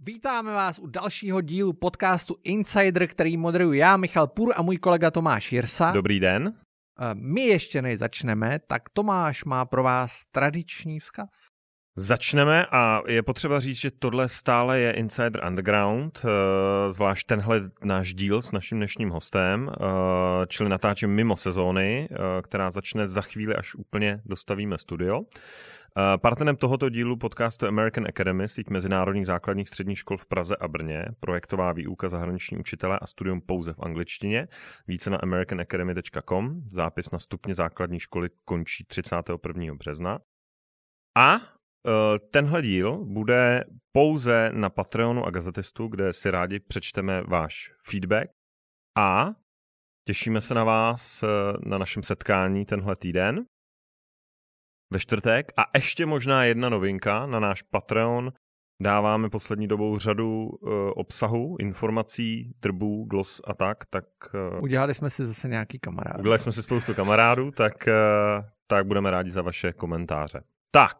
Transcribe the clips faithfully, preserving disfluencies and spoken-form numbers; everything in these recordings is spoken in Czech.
Vítáme vás u dalšího dílu podcastu Insider, který moderuju já, Michal Pur, a můj kolega Tomáš Jirsa. Dobrý den. My ještě než začneme, tak Tomáš má pro vás tradiční vzkaz. Začneme a je potřeba říct, že tohle stále je Insider Underground, zvlášť tenhle náš díl s naším dnešním hostem, čili natáčím mimo sezóny, která začne za chvíli, až úplně dostavíme studio. Partnerem tohoto dílu podcastu American Academy, síť mezinárodních základních středních škol v Praze a Brně, projektová výuka zahraniční učitele a studium pouze v angličtině. Více na american academy tečka com. Zápis na stupně základní školy končí třicátého prvního března. A tenhle díl bude pouze na Patreonu a Gazetistu, kde si rádi přečteme váš feedback a těšíme se na vás na našem setkání tenhle týden ve čtvrtek. A ještě možná jedna novinka, na náš Patreon dáváme poslední dobou řadu uh, obsahu, informací, drbů, glos a tak. tak uh, Udělali jsme si zase nějaký kamarád. Udělali jsme si spoustu kamarádů, tak, uh, tak budeme rádi za vaše komentáře. Tak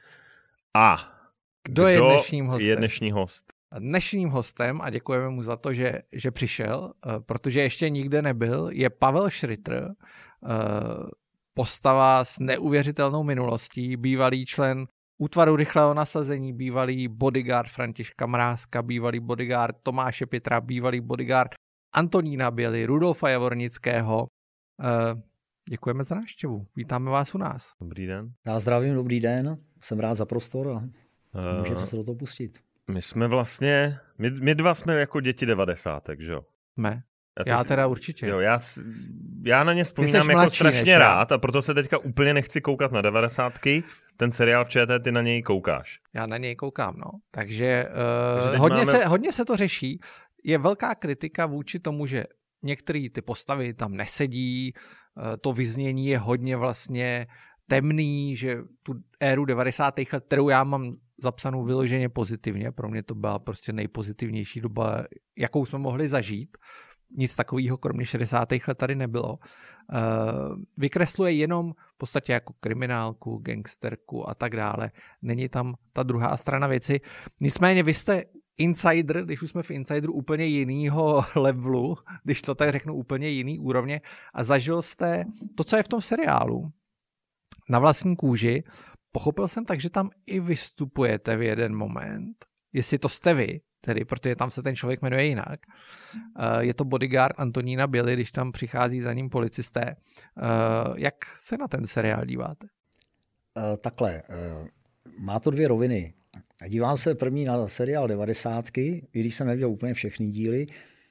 a kdo, kdo je dnešním hostem? Je dnešní host? Dnešním hostem, a děkujeme mu za to, že, že přišel, uh, protože ještě nikde nebyl, je Pavel Schritter, uh, postava s neuvěřitelnou minulostí, bývalý člen útvaru rychlého nasazení, bývalý bodyguard Františka Mrázka, bývalý bodyguard Tomáše Pětra, bývalý bodyguard Antonína Běly, Rudolfa Javornického. Děkujeme za návštěvu. Vítáme vás u nás. Dobrý den. Já zdravím, dobrý den. Jsem rád za prostor a můžete uh, se do toho pustit. My jsme vlastně, my, my dva jsme jako děti devadesátek, že jo? Jsme. Já, já teda určitě. Jo, já, já na ně vzpomínám jako strašně rád a proto se teďka úplně nechci koukat na devadesátky. Ten seriál v ČT, ty na něj koukáš. Já na něj koukám, no. Takže, uh, Takže hodně, máme... se, hodně se to řeší. Je velká kritika vůči tomu, že některé ty postavy tam nesedí, uh, to vyznění je hodně vlastně temný, že tu éru devadesátých let, kterou já mám zapsanou vyloženě pozitivně, pro mě to byla prostě nejpozitivnější doba, jakou jsme mohli zažít. Nic takového kromě šedesátých let tady nebylo. Vykresluje jenom v podstatě jako kriminálku, gangsterku a tak dále. Není tam ta druhá strana věci. Nicméně vy jste insider, když už jsme v insideru úplně jinýho levelu, když to tak řeknu úplně jiný úrovně, a zažil jste to, co je v tom seriálu na vlastní kůži. Pochopil jsem tak, že tam i vystupujete v jeden moment. Jestli to jste vy, tedy, protože tam se ten člověk jmenuje jinak. Je to bodyguard Antonína Běly, když tam přichází za ním policisté. Jak se na ten seriál díváte? Takhle, má to dvě roviny. Dívám se první na seriál devadesátky, i když jsem neviděl úplně všechny díly,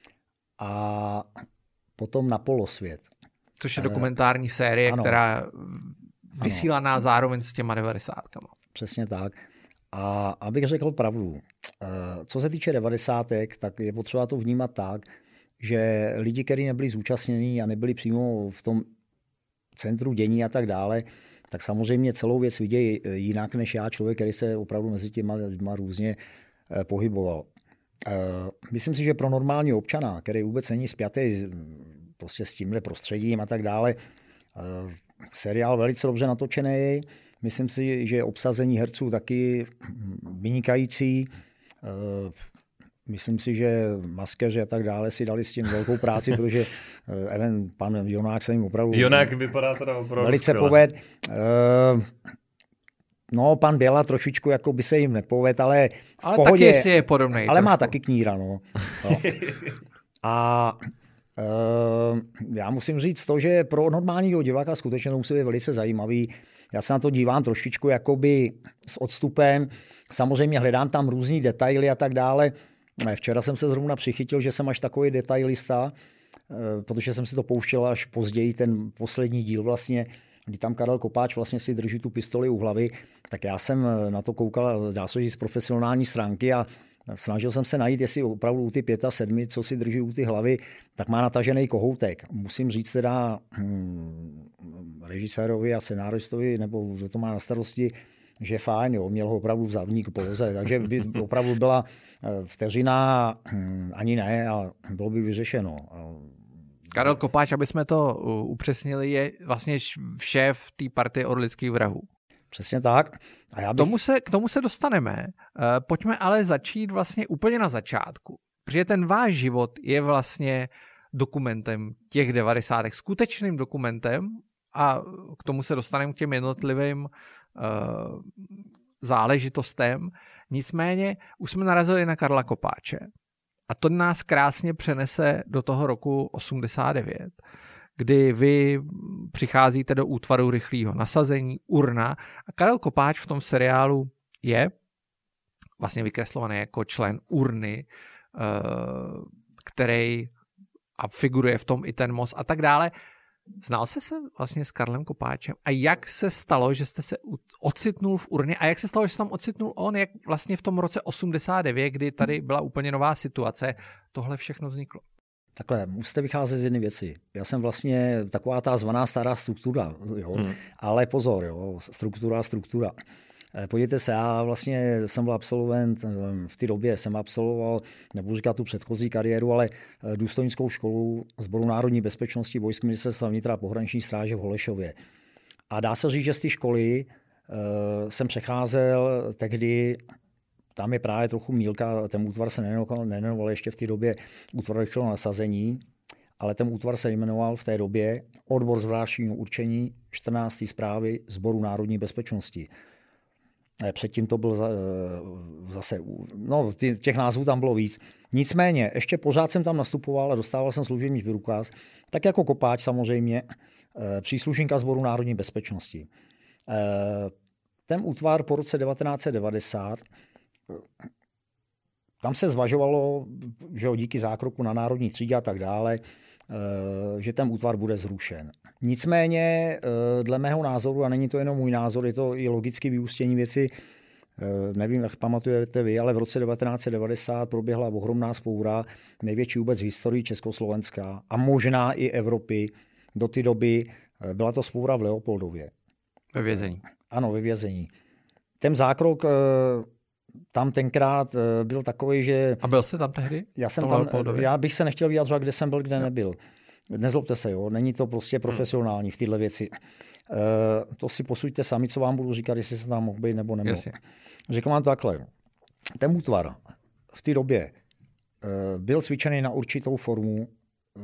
a potom na Polosvět. Což je dokumentární série, ano, která vysílaná zároveň s těma devadesátkama. Přesně tak. A abych řekl pravdu, co se týče devadesátek, tak je potřeba to vnímat tak, že lidi, kteří nebyli zúčastnění a nebyli přímo v tom centru dění a tak dále, tak samozřejmě celou věc vidějí jinak než já, člověk, který se opravdu mezi těma lidma různě pohyboval. Myslím si, že pro normální občana, který vůbec není spjatý prostě s tímhle prostředím a tak dále, seriál velice dobře natočený. Myslím si, že obsazení herců taky vynikající. Myslím si, že maskeři a tak dále si dali s tím velkou práci, protože even pan Jonák se jim opravdu... Jonák vypadá teda opravdu velice poved. No, pan Běla trošičku jako by se jim nepoved, ale v ale pohodě... taky si je podobnej. Ale trošku. má taky kníra, no. no. A... Uh, já musím říct to, že pro normálního diváka skutečně to musí být velice zajímavý. Já se na to dívám trošičku jakoby s odstupem. Samozřejmě hledám tam různý detaily a tak dále. Včera jsem se zrovna přichytil, že jsem až takový detailista, uh, protože jsem si to pouštěl až později, ten poslední díl vlastně, kdy tam Karel Kopáč vlastně si drží tu pistoli u hlavy, tak já jsem na to koukal, dá se říct, z profesionální stránky a snažil jsem se najít, jestli opravdu u ty pět a sedmi, co si drží u ty hlavy, tak má natažený kohoutek. Musím říct teda hm, režisérovi a scenaristovi, nebo kdo to má na starosti, že fajn, jo, měl ho opravdu v zavní poloze, takže by opravdu byla vteřina, hm, ani ne, a bylo by vyřešeno. Karel Kopáč, aby jsme to upřesnili, je vlastně šéf té partie orlických vrahů. Přesně tak. A já bych... k, tomu se, k tomu se dostaneme. Pojďme ale začít vlastně úplně na začátku. Protože ten váš život je vlastně dokumentem těch devadesátých, skutečným dokumentem a k tomu se dostaneme k těm jednotlivým uh, záležitostem. Nicméně už jsme narazili na Karla Kopáče a to nás krásně přenese do toho roku osmdesát devět, kdy vy přicházíte do útvaru rychlého nasazení, Urna, a Karel Kopáč v tom seriálu je vlastně vykreslovaný jako člen Urny, který a figuruje v tom i ten most a tak dále. Znal jste se vlastně s Karlem Kopáčem a jak se stalo, že jste se ocitnul v Urně a jak se stalo, že se tam ocitnul on, jak vlastně v tom roce osmdesát devět, kdy tady byla úplně nová situace, tohle všechno vzniklo? Takhle, musíte vycházet z jedné věci. Já jsem vlastně taková ta zvaná stará struktura, jo? Hmm. Ale pozor, jo? struktura, struktura. Podívejte se, já vlastně jsem byl absolvent, v té době jsem absolvoval, nebudu říkat tu předchozí kariéru, ale důstojnickou školu Sboru národní bezpečnosti vojsk ministerstva vnitra pohraniční stráže v Holešově. A dá se říct, že z té školy uh, jsem přecházel tehdy, tam je právě trochu mýlka, ten útvar se nejmenoval, nejmenoval ještě v té době útvar rychlého nasazení, ale ten útvar se jmenoval v té době Odbor zvláštního určení čtrnácté správy Sboru národní bezpečnosti. Předtím to byl zase, no těch názvů tam bylo víc. Nicméně, ještě pořád jsem tam nastupoval a dostával jsem služební průkaz, tak jako Kopáč samozřejmě, příslušníka Sboru národní bezpečnosti. Ten útvar po roce devatenáct set devadesát, tam se zvažovalo, že díky zákroku na národní třídě a tak dále, že ten útvar bude zrušen. Nicméně, dle mého názoru, a není to jenom můj názor, je to i logické vyústění věci, nevím, jak pamatujete vy, ale v roce devatenáct set devadesát proběhla ohromná vzpoura, největší vůbec v historii Československa a možná i Evropy. Do té doby byla to vzpoura v Leopoldově. Ve vězení. Ano, ve vězení. Ten zákrok tam tenkrát byl takový, že... A byl jste tam tehdy? Já jsem tam, já bych se nechtěl vyjadřovat, kde jsem byl, kde no. nebyl. Nezlobte se, jo, není to prostě profesionální v této věci. Uh, to si posuďte sami, co vám budu říkat, jestli jsem tam mohl být nebo nemohl. Řekl vám to takhle. Ten útvar v té době uh, byl cvičený na určitou formu uh,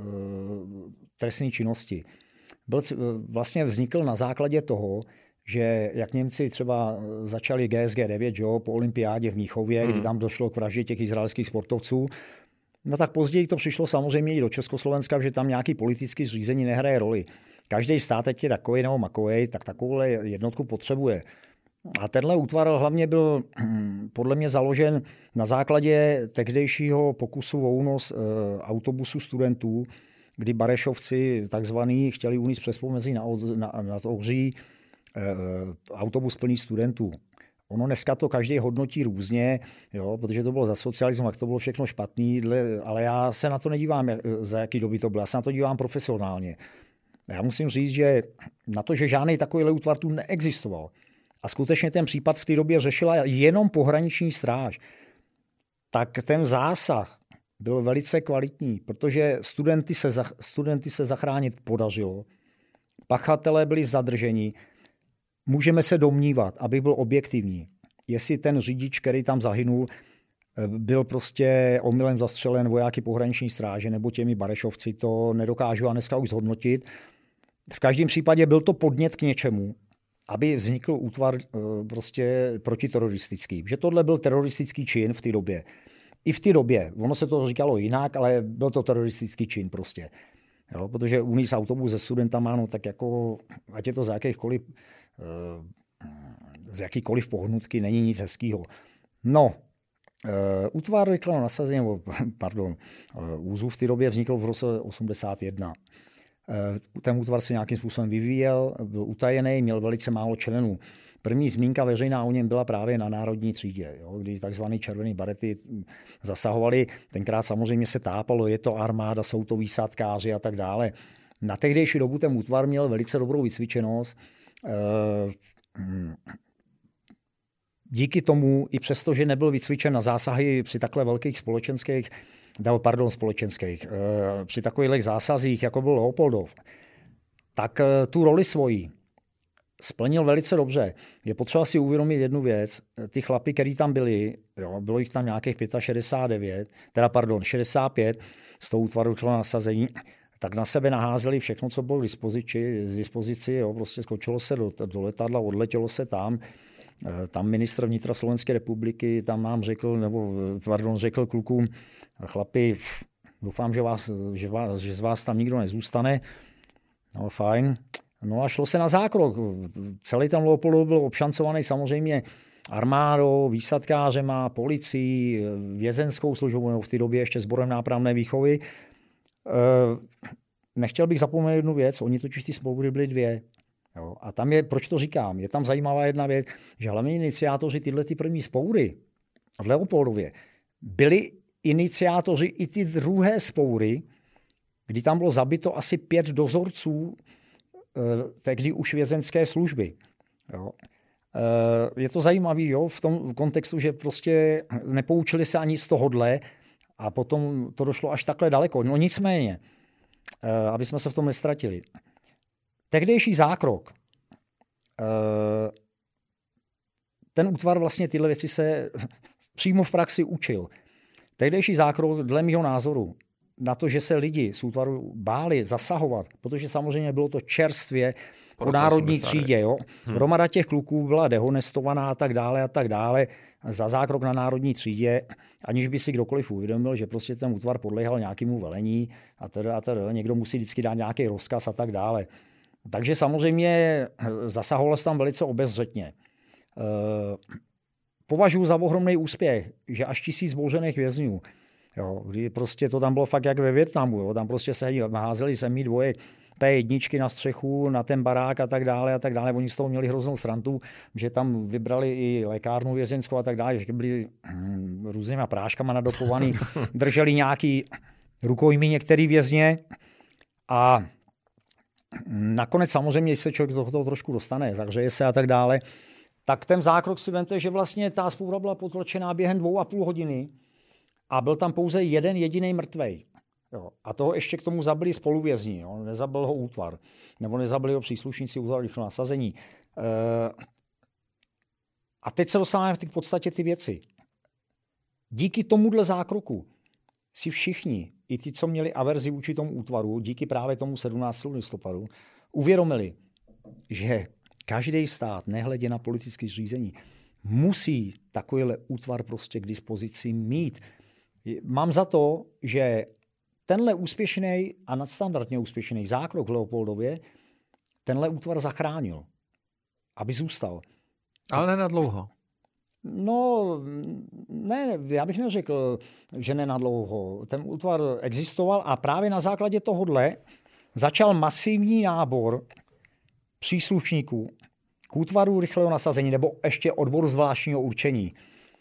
trestné činnosti. Byl, uh, vlastně vznikl na základě toho, že jak Němci třeba začali G S G devět, jo, po olympiádě v Mnichově, hmm. kdy tam došlo k vraždě těch izraelských sportovců, no tak později to přišlo samozřejmě i do Československa, že tam nějaký politický zřízení nehraje roli. Každý stát, teď je takový nebo makovej, tak takovouhle jednotku potřebuje. A tenhle útvar hlavně byl podle mě založen na základě tehdejšího pokusu o únos autobusu studentů, kdy Barešovci takzvaný chtěli unést přes pomezí na, na, na Ohří autobus plný studentů. Ono dneska to každý hodnotí různě, jo, protože to bylo za socialismu, jak to bylo všechno špatný, ale já se na to nedívám, za jaký doby to bylo. Já se na to dívám profesionálně. Já musím říct, že na to, že žádný takovýhle útvar tu neexistoval a skutečně ten případ v té době řešila jenom pohraniční stráž, tak ten zásah byl velice kvalitní, protože studenty se, studenty se zachránit podařilo, pachatelé byli zadrženi. Můžeme se domnívat, aby byl objektivní, jestli ten řidič, který tam zahynul, byl prostě omylem zastřelen vojáky pohraniční stráže nebo těmi Barešovci, to nedokážu a dneska už zhodnotit. V každém případě byl to podnět k něčemu, aby vznikl útvar prostě protiteroristický. Že tohle byl teroristický čin v té době. I v té době. Ono se to říkalo jinak, ale byl to teroristický čin prostě. Jo, protože unést autobus se studentama, no tak jako, ať je to za jakýchkoliv, z jakýkoliv pohnutky, není nic hezkýho. No, útvar rychlého nasazení, pardon, ÚZU v té době vznikl v roce osmdesát jedna. Ten útvar se nějakým způsobem vyvíjel, byl utajený, měl velice málo členů. První zmínka veřejná o něm byla právě na národní třídě, jo, kdy takzvaný červený barety zasahovali. Tenkrát samozřejmě se tápalo, je to armáda, jsou to výsadkáři a tak dále. Na tehdejší dobu ten útvar měl velice dobrou vycvičenost. Díky tomu, i přesto, že nebyl vycvičen na zásahy při takhle velkých společenských, pardon, společenských, při takových zásazích, jako byl Leopoldov, tak tu roli svojí splnil velice dobře. Je potřeba si uvědomit jednu věc. Ty chlapi, kteří tam byli, jo, bylo jich tam nějakých šedesát devět, teda pardon, šedesát pět z toho útvaru nasazení, tak na sebe naházeli všechno, co bylo k dispozici. Z dispozici jo, prostě skočilo se do, do letadla, odletělo se tam. Tam ministr vnitra Slovenské republiky tam nám řekl, nebo pardon, řekl klukům, chlapi, doufám, že, vás, že, vás, že z vás tam nikdo nezůstane. No fajn. No a šlo se na zákrok. Celý ten Leopoldov byl obšancovaný samozřejmě armádou, výsadkářema, policií, vězenskou službou, nebo v té době ještě sborem nápravné výchovy. Nechtěl bych zapomenout jednu věc, oni totiž ty spoury byly dvě. Jo, a tam je, proč to říkám, je tam zajímavá jedna věc, že hlavní iniciátoři tyhle ty první spoury v Leopoldově byli iniciátoři i ty druhé spoury, kdy tam bylo zabito asi pět dozorců tehdy už vězenské služby. Jo. Je to zajímavé jo, v tom kontextu, že prostě nepoučili se ani z tohodle a potom to došlo až takhle daleko. No nicméně, aby jsme se v tom nestratili. Tehdejší zákrok, ten útvar vlastně tyhle věci se přímo v praxi učil. Tehdejší zákrok, dle mého názoru, na to, že se lidi z útvaru báli zasahovat, protože samozřejmě bylo to čerstvě po národní třídě. Jo? Hmm. Hromada těch kluků byla dehonestovaná a tak dále a tak dále za zákrok na národní třídě, aniž by si kdokoliv uvědomil, že prostě ten útvar podléhal nějakému velení a teda, a teda někdo musí vždycky dát nějaký rozkaz a tak dále. Takže samozřejmě zasahovalo se tam velice obezřetně. Považuji za ohromný úspěch, že až tisíc bouřených vězňů, jo, kdy prostě to tam bylo fakt jak ve Vietnamu, jo, tam prostě se házeli zemí dvoje P jedna na střechu, na ten barák a tak dále a tak dále. Oni z toho měli hroznou srandu, že tam vybrali i lékárnu vězenskou a tak dále, že byli hm, různýma práškama nadopovaný, drželi nějaký rukojmí některý vězně a nakonec samozřejmě, když se člověk do toho trošku dostane, zahřeje se a tak dále, tak ten zákrok si vemte, že vlastně ta spoura byla potlačená během dvou a půl hodiny a byl tam pouze jeden jediný mrtvej. Jo. A toho ještě k tomu zabili spoluvězni. Jo. Nezabil ho útvar. Nebo nezabili ho příslušníci útvaru rychlého nasazení. E... A teď se dostáváme v podstatě ty věci. Díky tomuhle zákroku si všichni, i ti, co měli averzi vůči tomu útvaru, díky právě tomu sedmnáctému listopadu, uvědomili, že každý stát, nehledě na politické řízení, musí takovýhle útvar prostě k dispozici mít. Mám za to, že tenhle úspěšný a nadstandardně úspěšný zákrok v Leopoldově tenhle útvar zachránil, aby zůstal. Ale ne na dlouho. No, ne, já bych neřekl, že ne na dlouho. Ten útvar existoval a právě na základě tohohle začal masivní nábor příslušníků k útvaru rychlého nasazení nebo ještě odboru zvláštního určení.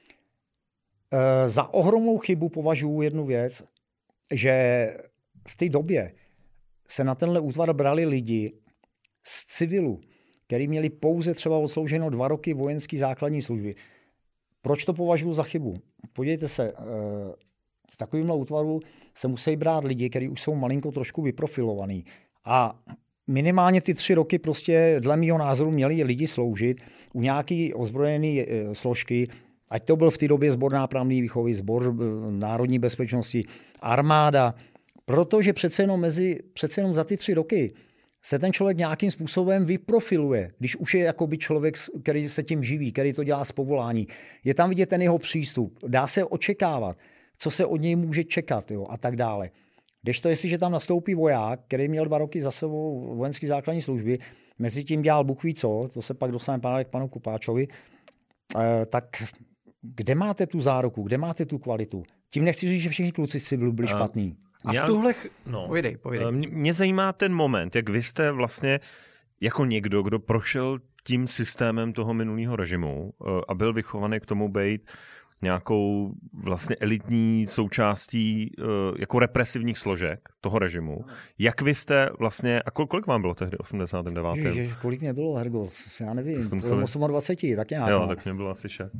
E, za ohromnou chybu považuji jednu věc, že v té době se na tenhle útvar brali lidi z civilu, který měli pouze třeba odslouženo dva roky vojenské základní služby. Proč to považuji za chybu? Podívejte se, v takovémhle útvaru se musí brát lidi, kteří už jsou malinko trošku vyprofilovaní. A minimálně ty tři roky prostě dle mého názoru měli lidi sloužit u nějaké ozbrojené složky, ať to byl v té době sbor nápravné výchovy, sbor národní bezpečnosti, armáda, protože přece jenom, mezi, přece jenom za ty tři roky se ten člověk nějakým způsobem vyprofiluje, když už je jakoby člověk, který se tím živí, který to dělá z povolání. Je tam vidět ten jeho přístup, dá se očekávat, co se od něj může čekat, jo, a tak dále. Kdežto jestliže tam nastoupí voják, který měl dva roky za sebou vojenské základní služby, mezi tím dělal Bůh ví co, to se pak dostane právě k panu Kupáčovi, eh, tak kde máte tu záruku, kde máte tu kvalitu? Tím nechci říct, že všichni kluci si byli, byli špatní. A v tuhle... Ch... No, povídej, povídej. Mě zajímá ten moment, jak vy jste vlastně jako někdo, kdo prošel tím systémem toho minulého režimu a byl vychovaný k tomu být nějakou vlastně elitní součástí jako represivních složek toho režimu. Jak vy jste vlastně, a kolik vám bylo tehdy, osmdesát devět? Ježiš, kolik mě bylo, Hergo, já nevím, museli... dvacet osm, tak nějak. Jo, tak mě bylo asi šest.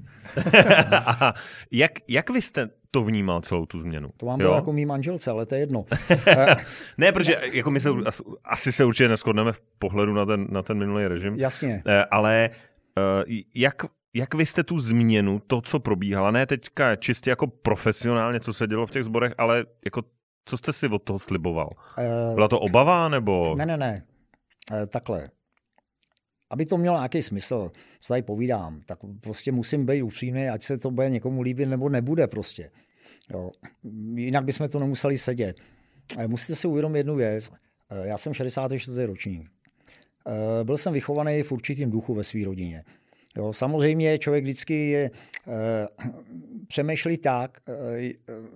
jak, jak vy jste to vnímal, celou tu změnu? To vám bylo jako mý manželce, ale to je jedno. Ne, protože jako my se, asi se určitě neshodneme v pohledu na ten, na ten minulý režim. Jasně. Ale jak, jak vy jste tu změnu, to, co probíhala, ne teďka čistě jako profesionálně, co se dělo v těch sborech, ale jako co jste si od toho sliboval? Byla to obava, nebo? Ne, ne, ne. Takhle. Aby to mělo nějaký smysl, co tady povídám, tak prostě musím být upřímný, ať se to bude někomu líbit, nebo nebude prostě. Jo. Jinak bychom to nemuseli sedět. Musíte si uvědomit jednu věc. Já jsem šedesátý čtvrtý ročník. Byl jsem vychovaný v určitým duchu ve své rodině. Jo, samozřejmě člověk vždycky je, e, přemýšlí tak, e,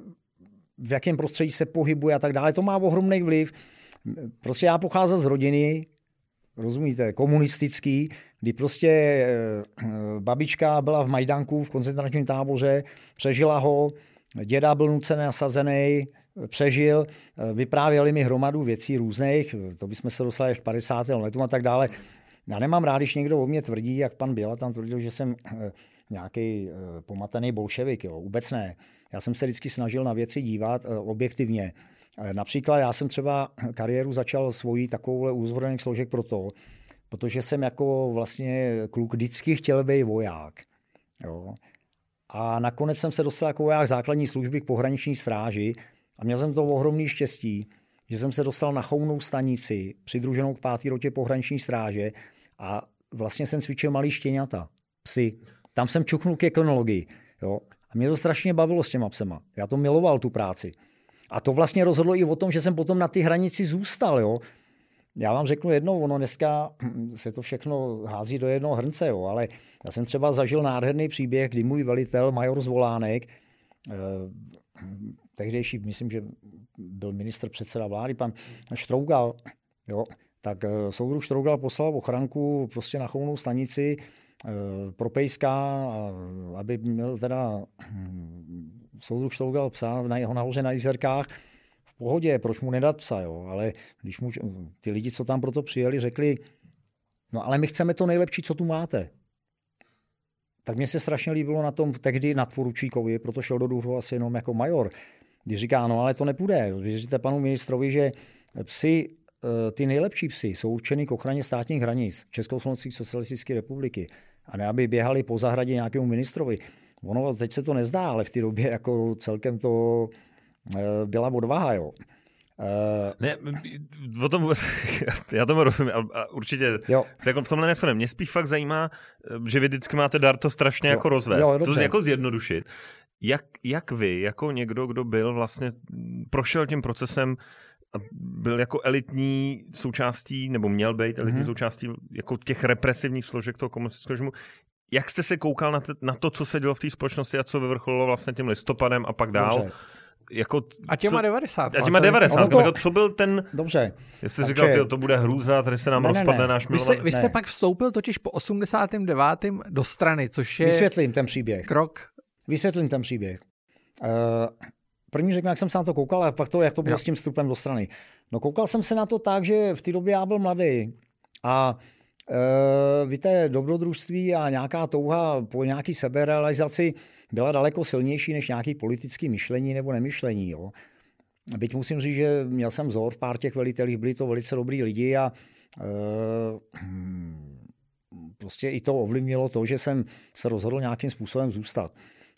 v jakém prostředí se pohybuje a tak dále. To má ohromný vliv. Prostě já pocházel z rodiny, rozumíte, komunistický, kdy prostě e, babička byla v Majdanku v koncentračním táboře, přežila ho, děda byl nuceně nasazený, přežil, vyprávěli mi hromadu věcí různých, to bychom se dostali až k padesátým letům a tak dále. Já nemám rád, když někdo o mě tvrdí, jak pan Běla tam tvrdil, že jsem nějaký pomatený bolševik. Jo. Vůbec ne. Já jsem se vždycky snažil na věci dívat objektivně. Například já jsem třeba kariéru začal svojí takovouhle úzbrojených složek proto, protože jsem jako vlastně kluk vždycky chtěl být voják. Jo. A nakonec jsem se dostal jako voják základní služby k pohraniční stráži a měl jsem to ohromný štěstí, že jsem se dostal na Chounou stanici, přidruženou k pátý rotě pohraniční stráže a vlastně jsem cvičil malý štěňata, psy. Tam jsem čuchnul k ekonologii. Jo? A mě to strašně bavilo s těma psema. Já to miloval, tu práci. A to vlastně rozhodlo i o tom, že jsem potom na ty hranici zůstal. Jo? Já vám řeknu jednou, ono dneska se to všechno hází do jednoho hrnce, jo? Ale já jsem třeba zažil nádherný příběh, kdy můj velitel, major Zvolánek, eh, tehdejší, myslím, že byl ministr předseda vlády, pan Štrougal, jo, tak soudruh Štrougal poslal ochranku prostě na Chounou stanici pro pejska, aby měl teda soudruh Štrougal psa na jeho nahoře na Jizerkách v pohodě, proč mu nedat psa, jo, ale když mu ty lidi, co tam proto přijeli, řekli, no ale my chceme to nejlepší, co tu máte. Tak mně se strašně líbilo na tom tehdy nadporučíkovi, proto šel do důchodu asi jenom jako major. Když říká, no ale to nepůjde. Věříte panu ministrovi, že psy, ty nejlepší psy jsou určeny k ochraně státních hranic Československé socialistické republiky. A ne, aby běhali po zahradě nějakému ministrovi. Ono teď se to nezdá, ale v té době jako celkem to byla odvaha, jo. Uh, ne, o tom, já tomu rozumím, a určitě jo. se jako v tomhle neshodneme. Mě spíš fakt zajímá, že vy vždycky máte dar to strašně jo. jako rozvést, jo, to jako zjednodušit. Jak, jak vy, jako někdo, kdo byl vlastně, prošel tím procesem a byl jako elitní součástí, nebo měl být elitní hmm. součástí jako těch represivních složek toho komunistického režimu, jak jste se koukal na, te, na to, co se dělo v té společnosti a co vyvrcholilo vlastně tím listopadem a pak dál? Dobře. Jako, a těma devadesát. A těma devadesát. To, jako, co byl ten... Dobře. Jestli jsi říkal, tyjo, to bude hrůza, tady se nám ne, rozpadne ne, ne. náš milovaný. Vy jste, vy jste pak vstoupil totiž po osmdesátém devátém do strany, což je... Vysvětlím ten příběh. Krok. Vysvětlím ten příběh. Uh, první řeknu, jak jsem se na to koukal, a pak to, jak to bylo jo. s tím vstupem do strany. No koukal jsem se na to tak, že v té době já byl mladý. A uh, víte, dobrodružství a nějaká touha po nějaký seberealizaci byla daleko silnější než nějaké politické myšlení nebo nemyšlení. Jo. Byť musím říct, že měl jsem vzor v pár těch velitelích, byli to velice dobrý lidi a uh, prostě i to ovlivnilo to, že jsem se rozhodl nějakým způsobem zůstat.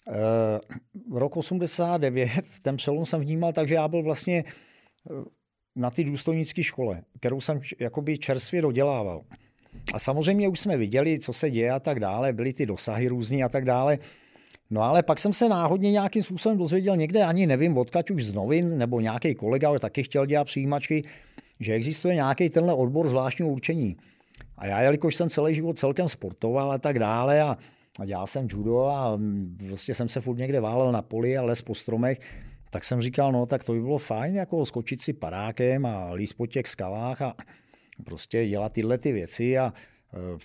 Uh, rok osmdesát devět, ten přelom jsem vnímal, takže já byl vlastně na té důstojnické škole, kterou jsem jakoby čerstvě dodělával. A samozřejmě už jsme viděli, co se děje a tak dále, byly ty dosahy různý a tak dále. No ale pak jsem se náhodně nějakým způsobem dozvěděl někde, ani nevím, odkud už z novin, nebo nějaký kolega, ale taky chtěl dělat přijímačky, že existuje nějaký tenhle odbor zvláštního určení. A já, jelikož jsem celý život celkem sportoval a tak dále a, a dělal jsem judo a prostě jsem se furt někde válel na poli a les po stromech, tak jsem říkal, no tak to by bylo fajn, jako skočit si padákem a líst po těch skalách a prostě dělat tyhle ty věci a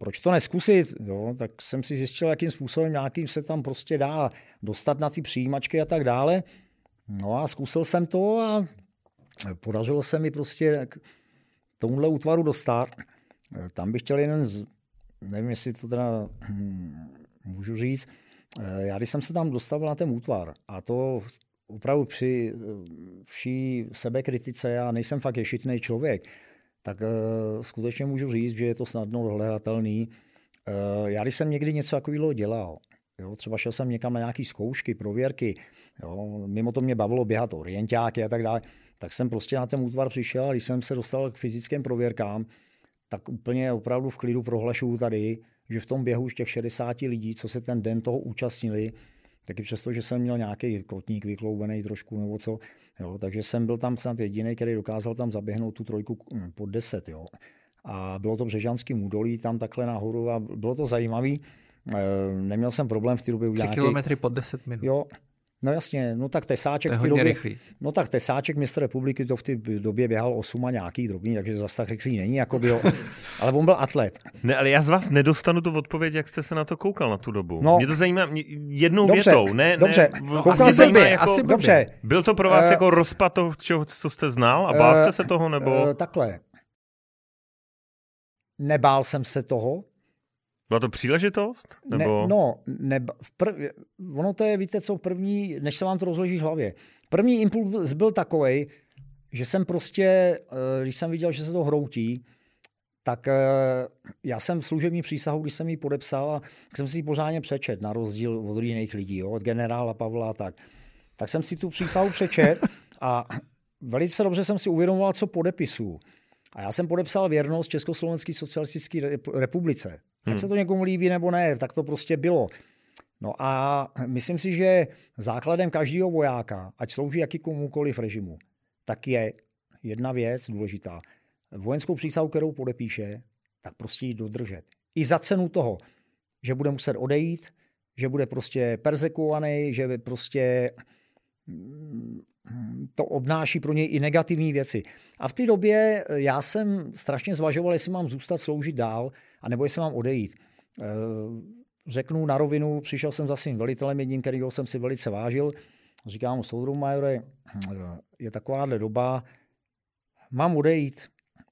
proč to neskusit? Jo? Tak jsem si zjistil, jakým způsobem nějakým se tam prostě dá dostat na ty přijímačky a tak dále. No a zkusil jsem to a podařilo se mi prostě k tomuhle útvaru dostat. Tam bych chtěl jeden, z, nevím, jestli to teda hm, můžu říct, já když jsem se tam dostavil na ten útvar a to opravdu při vší sebekritice, já nejsem fakt ješitný člověk, tak uh, skutečně můžu říct, že je to snadno dohledatelný. Uh, já když jsem někdy něco takového dělal, jo, třeba šel jsem někam na nějaké zkoušky, prověrky, jo, mimo to mě bavilo běhat orientáky a tak dále, tak jsem prostě na ten útvar přišel a když jsem se dostal k fyzickým prověrkám, tak úplně opravdu v klidu prohlašuju tady, že v tom běhu už těch šedesát lidí, co se ten den toho účastnili, taky přesto, že jsem měl nějaký kotník vykloubený trošku nebo co, jo, takže jsem byl tam snad jediný, který dokázal tam zaběhnout tu trojku pod deset. Jo. A bylo to v Břežanském údolí, tam takhle nahoru a bylo to zajímavý. E, neměl jsem problém v té době udělat Tři kilometry pod deset minut. Jo, no jasně, no tak Tesáček to je v té době, rychlý. no tak Tesáček mistr republiky to v té době běhal osm a nějaký drobný, takže zase tak rychlý není, jako byl, ale on byl atlet. Ne, ale já z vás nedostanu tu odpověď, jak jste se na to koukal na tu dobu. No, mě to zajímá jednou dobře, větou, ne, dobře, ne, koukal asi jsem blbě, jako, asi dobře. Byl to pro vás uh, jako rozpad toho, čeho, co jste znal a bál jste se toho, nebo? Uh, takhle. Nebál jsem se toho. Byla to příležitost? Nebo? Ne, no, ne, v prv, ono to je, víte co, první, než se vám to rozloží v hlavě. První impuls byl takovej, že jsem prostě, když jsem viděl, že se to hroutí, tak já jsem v služební přísahu, když jsem ji podepsal, a jsem si ji pořádně přečet, na rozdíl od jiných lidí, jo, od generála Pavla a tak. Tak jsem si tu přísahu přečet a velice dobře jsem si uvědomoval, co podepisu. A já jsem podepsal věrnost Československé socialistické republice. Ať se to někomu líbí nebo ne, tak to prostě bylo. No a myslím si, že základem každého vojáka, ať slouží jakýmukoliv režimu, tak je jedna věc důležitá. Vojenskou přísahu, kterou podepíše, tak prostě ji dodržet. I za cenu toho, že bude muset odejít, že bude prostě perzekuovaný, že prostě to obnáší pro něj i negativní věci. A v té době já jsem strašně zvažoval, jestli mám zůstat sloužit dál, anebo jestli mám odejít. Řeknu na rovinu, přišel jsem za svým velitelem jedním, kterýho jsem si velice vážil. Říkám mu, soudruhu majore, je takováhle doba, mám odejít.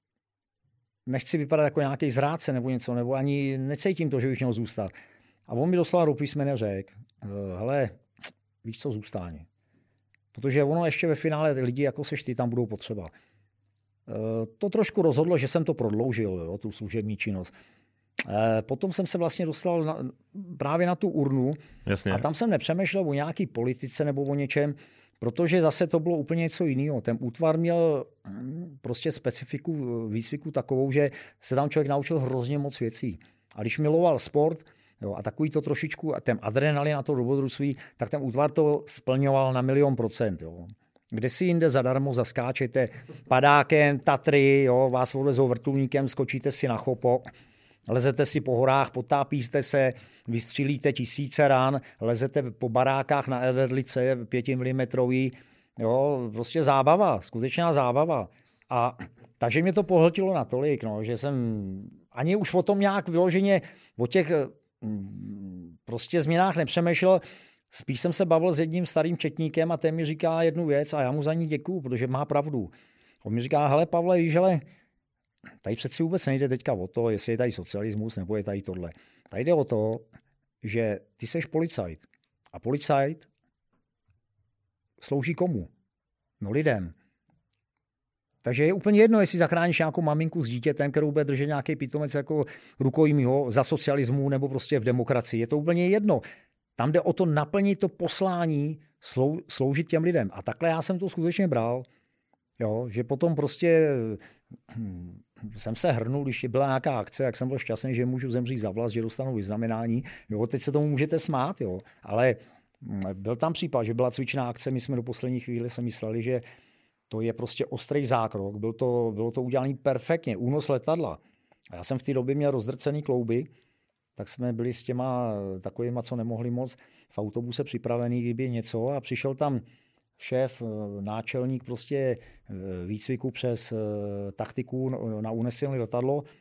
Nechci vypadat jako nějaký zrádce nebo něco, nebo ani necítím to, že bych měl zůstat. A on mi doslova do písmene řekl, hele, víš co, zůstáň. Protože ono ještě ve finále lidi, jako seš ty, tam budou potřeba. To trošku rozhodlo, že jsem to prodloužil, jo, tu služební činnost. Potom jsem se vlastně dostal na, právě na tu urnu. Jasně. A tam jsem nepřemýšlel o nějaký politice nebo o něčem, protože zase to bylo úplně něco jiného. Ten útvar měl prostě specifiku výcviku takovou, že se tam člověk naučil hrozně moc věcí. A když miloval sport, jo, a takový to trošičku, a ten adrenalin a to dobrodružství, tak ten útvar to splňoval na milion procent. Jo. Kde si jinde zadarmo zaskáčete padákem, Tatry, jo, vás odvezou vrtulníkem, skočíte si na chopo, lezete si po horách, potápíte se, vystřílíte tisíce ran, lezete po barákách na Ederlice pětimilimetrový, jo, prostě zábava, skutečná zábava. A takže mě to pohltilo natolik, no, že jsem ani už o tom nějak vyloženě, o těch prostě změnách nepřemýšlel. Spíš jsem se bavil s jedním starým četníkem a ten mi říká jednu věc a já mu za ní děkuju, protože má pravdu. On mi říká, hele Pavle, víš, ale tady přeci vůbec nejde teďka o to, jestli je tady socialismus nebo je tady tohle. Tady jde o to, že ty seš policajt a policajt slouží komu? No lidem. Takže je úplně jedno, jestli zachráníš nějakou maminku s dítětem, kterou bude držet nějaký pitomec jako rukojmího za socialismu nebo prostě v demokracii. Je to úplně jedno. Tam jde o to naplnit to poslání, slou, sloužit těm lidem. A takhle já jsem to skutečně bral. Jo, že potom prostě hm, jsem se hrnul, když byla nějaká akce, jak jsem byl šťastný, že můžu zemřít za vlast, že dostanu vyznamenání. Jo, teď se tomu můžete smát, jo. Ale byl tam případ, že byla cvičná akce, my jsme do poslední chvíli se mysleli, že to je prostě ostrý zákrok, byl to, bylo to udělané perfektně, únos letadla. A já jsem v té době měl rozdrcený klouby, tak jsme byli s těma takovýma, co nemohli moc, v autobuse připravený, kdyby něco, a přišel tam šéf, náčelník prostě výcviku přes taktiku na unesené letadlo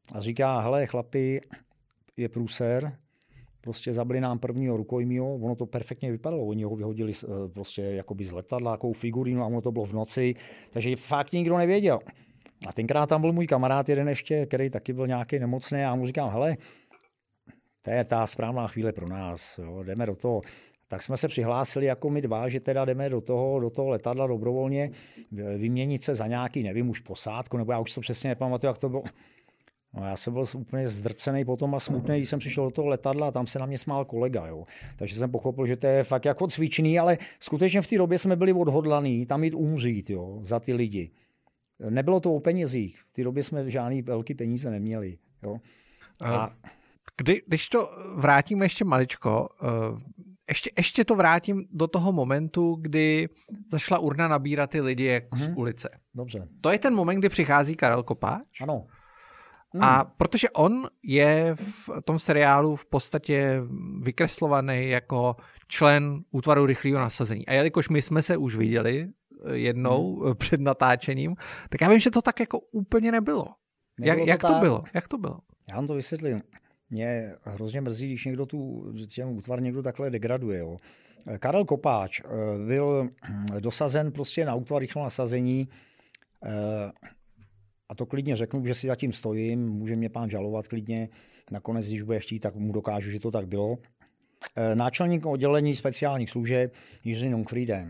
a říká, hele chlapi, je průser, prostě zabili nám prvního rukojmího, ono to perfektně vypadalo, oni ho vyhodili prostě jakoby z letadla, jakou figurínu a ono to bylo v noci, takže fakt nikdo nevěděl. A tenkrát tam byl můj kamarád jeden ještě, který taky byl nějaký nemocný a já mu říkám, hele, to je ta správná chvíle pro nás, jo, jdeme do toho. Tak jsme se přihlásili jako my dva, že teda jdeme do toho, do toho letadla dobrovolně, vyměnit se za nějaký, nevím, už posádku, nebo já už to přesně nepamatuju, jak to bylo. No, já jsem byl úplně zdrcený potom a smutný, když jsem přišel do toho letadla a tam se na mě smál kolega. Jo. Takže jsem pochopil, že to je fakt jako cvičný, ale skutečně v té době jsme byli odhodlaní tam jít umřít, jo, za ty lidi. Nebylo to o penězích. V té době jsme žádný velký peníze neměli. Jo. A... Kdy, když to vrátíme ještě maličko, ještě, ještě to vrátím do toho momentu, kdy zašla urna nabírat ty lidi jako z ulice. Dobře. To je ten moment, kdy přichází Karel Kopáč. Ano. Hmm. A protože on je v tom seriálu v podstatě vykreslovaný jako člen útvaru rychlého nasazení. A jelikož my jsme se už viděli jednou hmm. před natáčením, tak já vím, že to tak jako úplně nebylo. nebylo jak, to jak to bylo? Jak to bylo? Já vám to vysvětlím. Mě hrozně mrzí, když někdo tu, ten útvar někdo takhle degraduje. Jo. Karel Kopáč byl dosazen prostě na útvar rychlého nasazení. A to klidně řeknu, že si zatím stojím, může mě pán žalovat klidně, nakonec, když bude chtít, tak mu dokážu, že to tak bylo. Náčelník oddělení speciálních služeb Jiří Nungfrieden,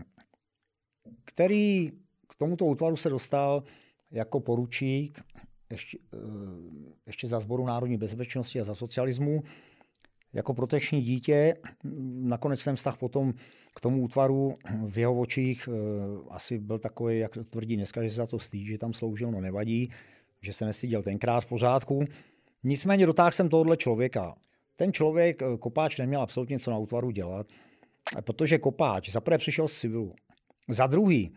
který k tomuto útvaru se dostal jako poručík, ještě, ještě za Sboru národní bezpečnosti a za socialismu, jako proteční dítě. Nakonec ten vztah potom k tomu útvaru v jeho očích asi byl takový, jak tvrdí dneska, že se za to stydí, že tam sloužil, no nevadí, že se nestyděl tenkrát v pořádku. Nicméně dotáhl jsem tohohle člověka. Ten člověk, Kopáč, neměl absolutně co na útvaru dělat, protože Kopáč za prvé přišel z civilu. Za druhý,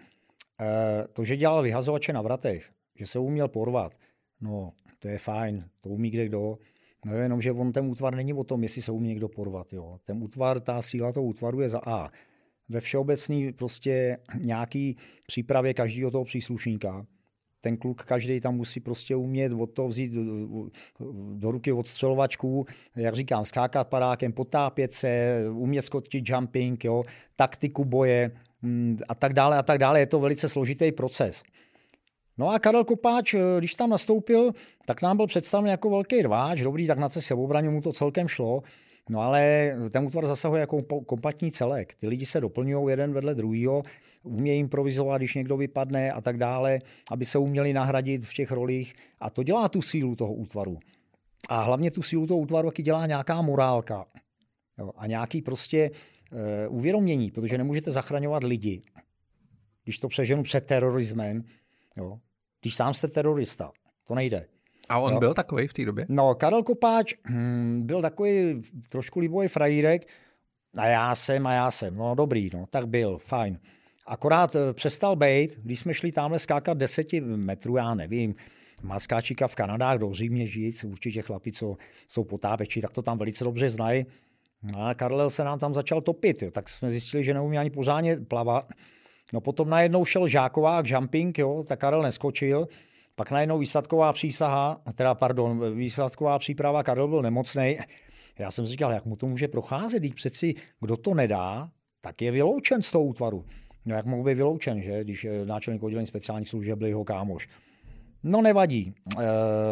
to, že dělal vyhazovače na vratech, že se uměl porvat, no to je fajn, to umí kde kdo. No jenom, že on ten útvar není o tom, jestli se umí někdo porvat. Jo. Ten útvar, ta síla toho útvaru je za A. Ve všeobecný prostě nějaký přípravě každého toho příslušníka. Ten kluk každý tam musí prostě umět od toho vzít do, do ruky odstřelovačku, jak říkám, skákat padákem, potápět se, umět skočit jumping, jo, taktiku boje a tak dále a tak dále. Je to velice složitý proces. No a Karel Kopáč, když tam nastoupil, tak nám byl představen jako velký rváč, dobrý, tak na sebeobraně mu to celkem šlo, no ale ten útvar zasahuje jako kompaktní celek. Ty lidi se doplňují jeden vedle druhýho, umějí improvizovat, když někdo vypadne a tak dále, aby se uměli nahradit v těch rolích a to dělá tu sílu toho útvaru. A hlavně tu sílu toho útvaru taky dělá nějaká morálka jo, a nějaký prostě e, uvědomění, protože nemůžete zachraňovat lidi, když to přeženu před terorismem, jo. Když sám jste terorista, to nejde. A on jo. byl takový v té době? No, Karel Kopáč hm, byl takový trošku libový frajírek a já jsem a já jsem. No dobrý, no, tak byl, fajn. Akorát přestal bejt, když jsme šli tamhle skákat deseti metrů, já nevím, má skáčíka v Kanadách do Římě žít, určitě chlapi, co jsou potápěči, tak to tam velice dobře znají. No a Karel se nám tam začal topit, jo, tak jsme zjistili, že neumí ani pořádně plavat. No potom najednou šel žákovák, jumping, jo, tak Karel neskočil, pak najednou výsadková přísaha, teda pardon, výsadková příprava, Karel byl nemocnej. Já jsem říkal, jak mu to může procházet, když přeci kdo to nedá, tak je vyloučen z toho útvaru. No jak mohl být vyloučen, že, když náčelník oddělení speciálních služeb byl jeho kámoš. No nevadí. E...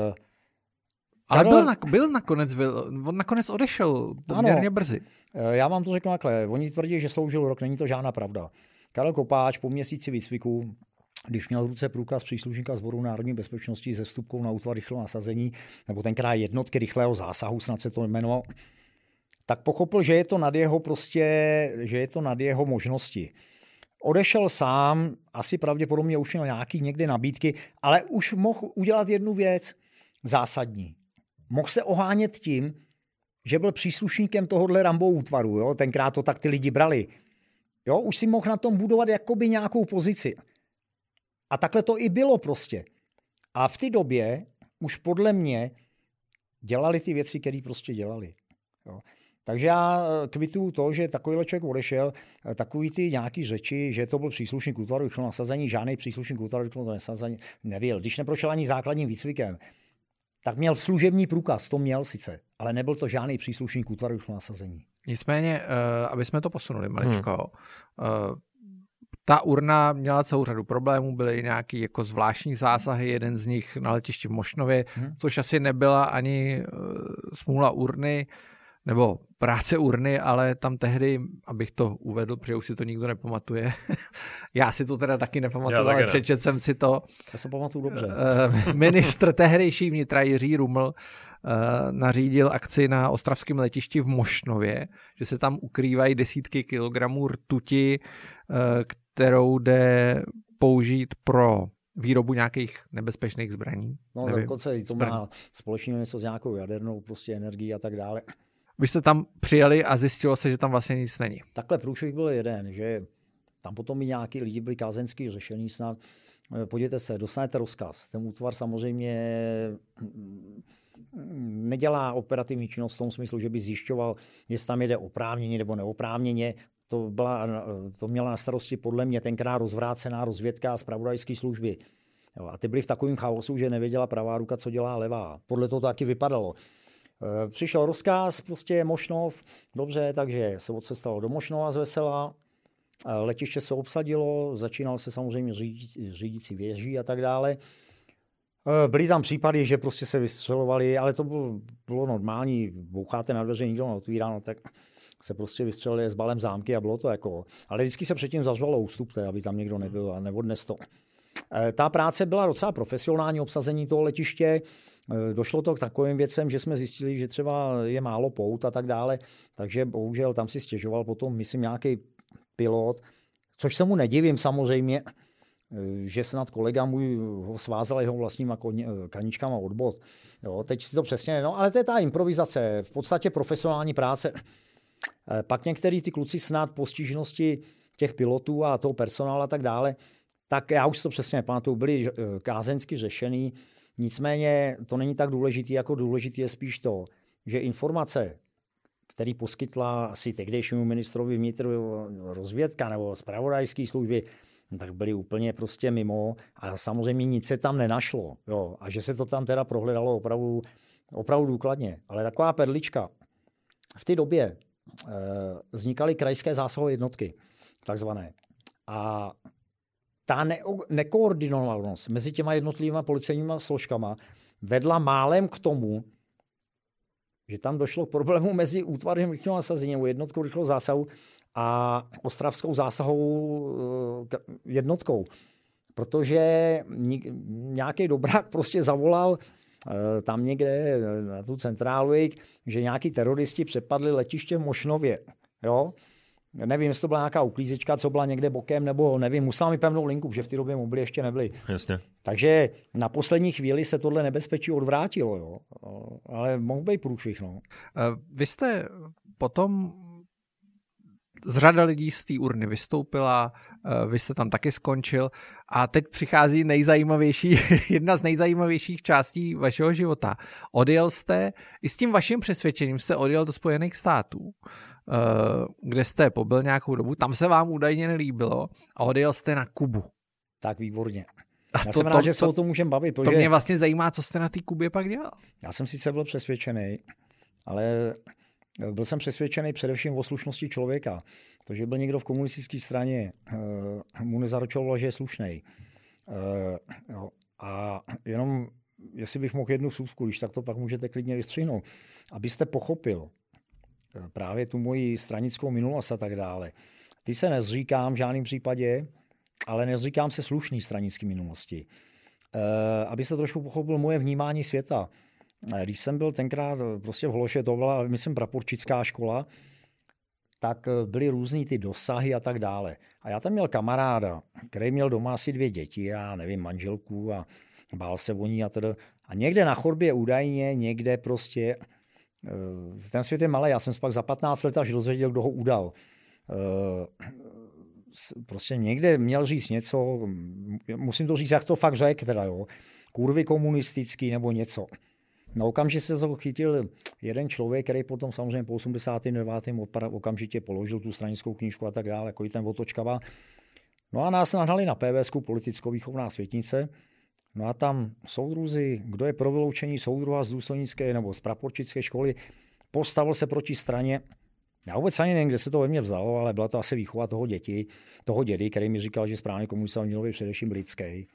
Ale Karel... byl, na, byl nakonec, on nakonec odešel poměrně brzy. Já vám to řeknu takhle, oni tvrdí, že sloužil rok, není to žádná pravda. Karel Kopáč po měsíci výcviku, když měl v ruce průkaz příslušníka Sboru národní bezpečnosti se vstupkou na útvar rychlého nasazení, nebo tenkrát jednotky rychlého zásahu, snad se to jmenovalo, tak pochopil, že je to nad jeho prostě, že je to nad jeho možnosti. Odešel sám, asi pravděpodobně už měl nějaký někde nabídky, ale už mohl udělat jednu věc zásadní. Mohl se ohánět tím, že byl příslušníkem tohohle Rambo útvaru. Jo? Tenkrát to tak ty lidi brali. Jo? Už si mohl na tom budovat jakoby nějakou pozici. A takhle to i bylo prostě. A v té době už podle mě dělali ty věci, které prostě dělali. Jo? Takže já kvituju to, že takovýhle člověk odešel, takový ty nějaký řeči, že to byl příslušník útvaru rychlého nasazení, žádný příslušník útvaru rychlého nasazení nevěděl. Když neprošel ani základním výcvikem, tak měl služební průkaz, to měl sice, ale nebyl to žádný příslušník útvaru rychlého nasazení. Nicméně, uh, aby jsme to posunuli maličko, hmm. uh, ta urna měla celou řadu problémů, byly nějaký jako zvláštní zásahy, jeden z nich na letišti v Mošnově, hmm. což asi nebyla ani uh, smůla urny, nebo práce urny, ale tam tehdy, abych to uvedl, protože už si to nikdo nepamatuje, já si to teda taky nepamatuju, ale přečet jsem si to. Já se pamatuju dobře. Ministr tehdejší vnitra Jiří Ruml nařídil akci na ostravském letišti v Mošnově, že se tam ukrývají desítky kilogramů rtuti, kterou jde použít pro výrobu nějakých nebezpečných zbraní. No dokonce to má společného něco s nějakou jadernou prostě energií a tak dále. Vy jste tam přijeli a zjistilo se, že tam vlastně nic není. Takhle průšvih byl jeden, že tam potom i nějaký lidi byli kázeňský řešení snad. Podívejte se, dostanete rozkaz. Ten útvar samozřejmě nedělá operativní činnost v tom smyslu, že by zjišťoval, jestli tam jede oprávněně nebo neoprávněně. To, byla, to měla na starosti podle mě tenkrát rozvrácená rozvědka a zpravodajské služby. Jo, a ty byly v takovém chaosu, že nevěděla pravá ruka, co dělá levá. Podle toho to taky vypadalo. Přišel rozkaz, prostě Mošnov, dobře, takže se odcestovalo do Mošnova z vesela, letiště se obsadilo, začínal se samozřejmě řídící, řídící věží a tak dále. Byly tam případy, že prostě se vystřelovali, ale to bylo, bylo normální, boucháte na dveře, nikdo neotvírá, no tak se prostě vystřelili s balem zámky a bylo to jako, ale vždycky se předtím zařvalo ústupte, aby tam někdo nebyl a neodnes to. Ta práce byla docela profesionální, obsazení toho letiště. Došlo to k takovým věcem, že jsme zjistili, že třeba je málo pout a tak dále, takže bohužel tam si stěžoval potom, myslím, nějaký pilot, což se mu nedivím samozřejmě, že snad kolega můj ho svázal jeho vlastníma kaničkama od bod. Jo, teď si to přesně, no, ale to je ta improvizace, v podstatě profesionální práce. Pak některý ty kluci snad po stížnosti těch pilotů a toho personálu a tak dále, tak já už to přesně nepamatuju, byli kázeňsky řešený. Nicméně to není tak důležitý, jako důležitý je spíš to, že informace, který poskytla asi tehdejšímu ministrovi vnitru rozvědka nebo zpravodajské služby, tak byly úplně prostě mimo a samozřejmě nic se tam nenašlo. Jo. A že se to tam teda prohledalo opravdu, opravdu důkladně. Ale taková perlička. V té době eh, vznikaly krajské zásahové jednotky, takzvané. A ta ne- nekoordinovanost mezi těma jednotlivými policejními složkama vedla málem k tomu, že tam došlo k problému mezi útvarem rychlého nasazení nebo jednotkou rychlého zásahu a ostravskou zásahovou jednotkou. Protože nějaký dobrák prostě zavolal tam někde na tu centrálu, že nějaký teroristi přepadli letiště v Mošnově. Jo? Nevím, jestli to byla nějaká uklízečka, co byla někde bokem, nebo nevím, musela mi pevnou linku, že v té době mobily ještě nebyly. Jasně. Takže na poslední chvíli se tohle nebezpečí odvrátilo, jo. Ale mohl být průšvih. No. Vy jste potom z řada lidí z té urny vystoupila, vy jste tam taky skončil a teď přichází nejzajímavější, jedna z nejzajímavějších částí vašeho života. Odjel jste, i s tím vaším přesvědčením jste odjel do Spojených států, kde jste pobyl nějakou dobu, tam se vám údajně nelíbilo a odjel jste na Kubu. Tak výborně. A já to, jsem rád, to, že se to, o tom můžeme bavit. To protože... mě vlastně zajímá, co jste na té Kubě pak dělal. Já jsem sice byl přesvědčený, ale byl jsem přesvědčený především o slušnosti člověka. To, že byl někdo v komunistické straně, mu nezaručovalo, že je slušnej. A jenom, jestli bych mohl jednu sůzku, když tak to pak můžete klidně vystřihnout, abyste pochopil právě tu moji stranickou minulost a tak dále. Ty se nezříkám v žádném případě, ale nezříkám se slušný stranický minulosti. Abyste trošku pochopil moje vnímání světa. Když jsem byl tenkrát prostě v Hološe, to byla, myslím, praporčická škola, tak byly různý ty dosahy a tak dále. A já tam měl kamaráda, který měl doma asi dvě děti, já nevím, manželku a bál se o ní a teda. A někde na chodbě údajně, někde prostě, ten svět je malý, já jsem se pak za patnáct let až dozvěděl, kdo ho udal. Prostě někde měl říct něco, musím to říct, jak to fakt řekl, teda jo, kurvy komunistický nebo něco. No okamžitě se to chytil jeden člověk, který potom samozřejmě po osmdesátém devátém okamžitě položil tu stranickou knížku a tak dále, jako i ten Otočkava. No a nás nahnali na P V S ku, politicko-výchovná světnice. No a tam soudruzi, kdo je pro vyloučení soudruha z důstojnické nebo z praporčické školy, postavil se proti straně. Já vůbec ani nevím, kde se to ve mně vzalo, ale byla to asi výchova toho děti, toho dědy, který mi říkal, že správný komunista měl být především lidský.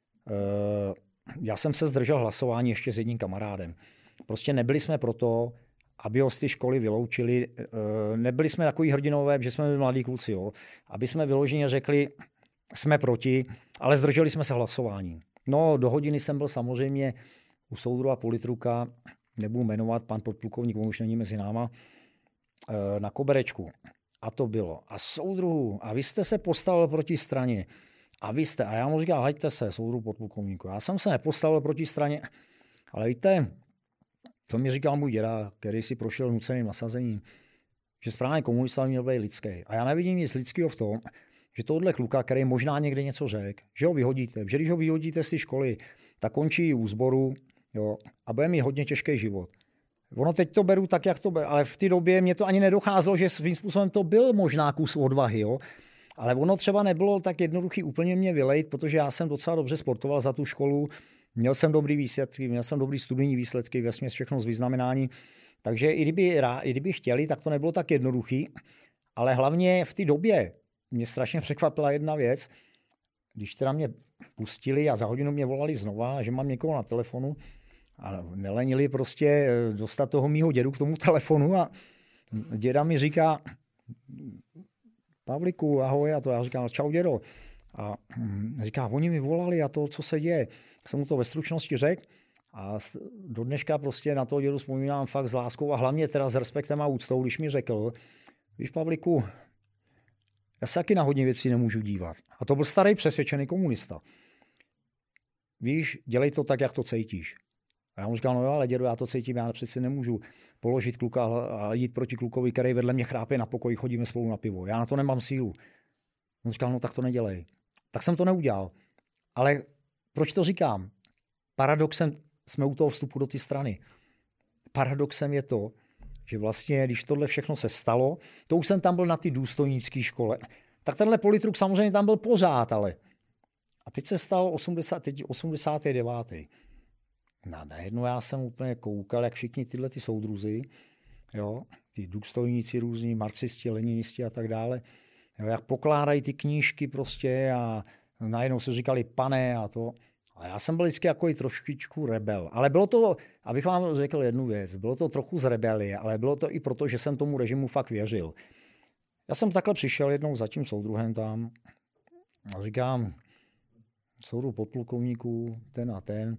Já jsem se zdržel hlasování ještě s jedním kamarádem. Prostě nebyli jsme proto, aby ho z ty školy vyloučili. Nebyli jsme takový hrdinové, že jsme byli mladí kluci, jo? Aby jsme vyloženě řekli, jsme proti, ale zdrželi jsme se hlasování. No, do hodiny jsem byl samozřejmě u soudruha politruka, nebudu jmenovat, pan podplukovník, on už není mezi náma, na koberečku. A to bylo. A soudruhu, a vy jste se postavil proti straně. A vy jste, a já mu říkal, hejte se, soudruhu podplukovníku. Já jsem se nepostavil proti straně, ale víte, to mi říkal můj děda, který si prošel nuceným nasazením, že správně komunista měl být lidský. A já nevidím nic lidského v tom, že tohle kluka, který možná někde něco řekl, že ho vyhodíte, že když ho vyhodíte z té školy, tak končí u sboru, jo, a bude mít hodně těžký život. Ono teď to beru tak, jak to beru, ale v té době mě to ani nedocházelo, že svým způsobem to byl možná kus odvahy, jo. Ale ono třeba nebylo tak jednoduchý úplně mě vylejt, protože já jsem docela dobře sportoval za tu školu, měl jsem dobrý výsledky, měl jsem dobrý studijní výsledky, vesměs všechno z vyznamenání, takže i kdyby, i kdyby chtěli, tak to nebylo tak jednoduchý, ale hlavně v té době mě strašně překvapila jedna věc, když teda mě pustili a za hodinu mě volali znova, že mám někoho na telefonu a nelenili prostě dostat toho mýho dědu k tomu telefonu a děda mi říká, Pavliku, ahoj, a to já říkám, čau dědo. A říká, oni mi volali a to, co se děje. Tak jsem mu to ve stručnosti řekl a do dneška prostě na toho dědu vzpomínám fakt s láskou a hlavně teda s respektem a úctou, když mi řekl, víš Pavliku, já se taky na hodně věcí nemůžu dívat. A to byl starý přesvědčený komunista. Víš, dělej to tak, jak to cítíš. A já mu říkal, no jo, ale dědo, já to cítím, já přeci nemůžu položit kluka a jít proti klukovi, který vedle mě chrápě na pokoji, chodíme spolu na pivo. Já na to nemám sílu. On říkal, no tak to nedělej. Tak jsem to neudělal. Ale proč to říkám? Paradoxem jsme u toho vstupu do té strany. Paradoxem je to, že vlastně, když tohle všechno se stalo, to už jsem tam byl na ty důstojnické škole, tak tenhle politruk samozřejmě tam byl pořád, ale. A teď se stalo osmdesátý devátý No, najednou já jsem úplně koukal, jak všichni tyhle ty soudruzi, jo, ty důstojníci různí, marxisti, leninisti a tak dále, jo, jak pokládají ty knížky prostě a najednou se říkali pane a to. A já jsem byl vždycky jako i trošičku rebel. Ale bylo to, abych vám řekl jednu věc, bylo to trochu z rebelie, ale bylo to i proto, že jsem tomu režimu fakt věřil. Já jsem takhle přišel jednou za tím soudruhem tam a říkám, soudruh podplukovníků, ten a ten,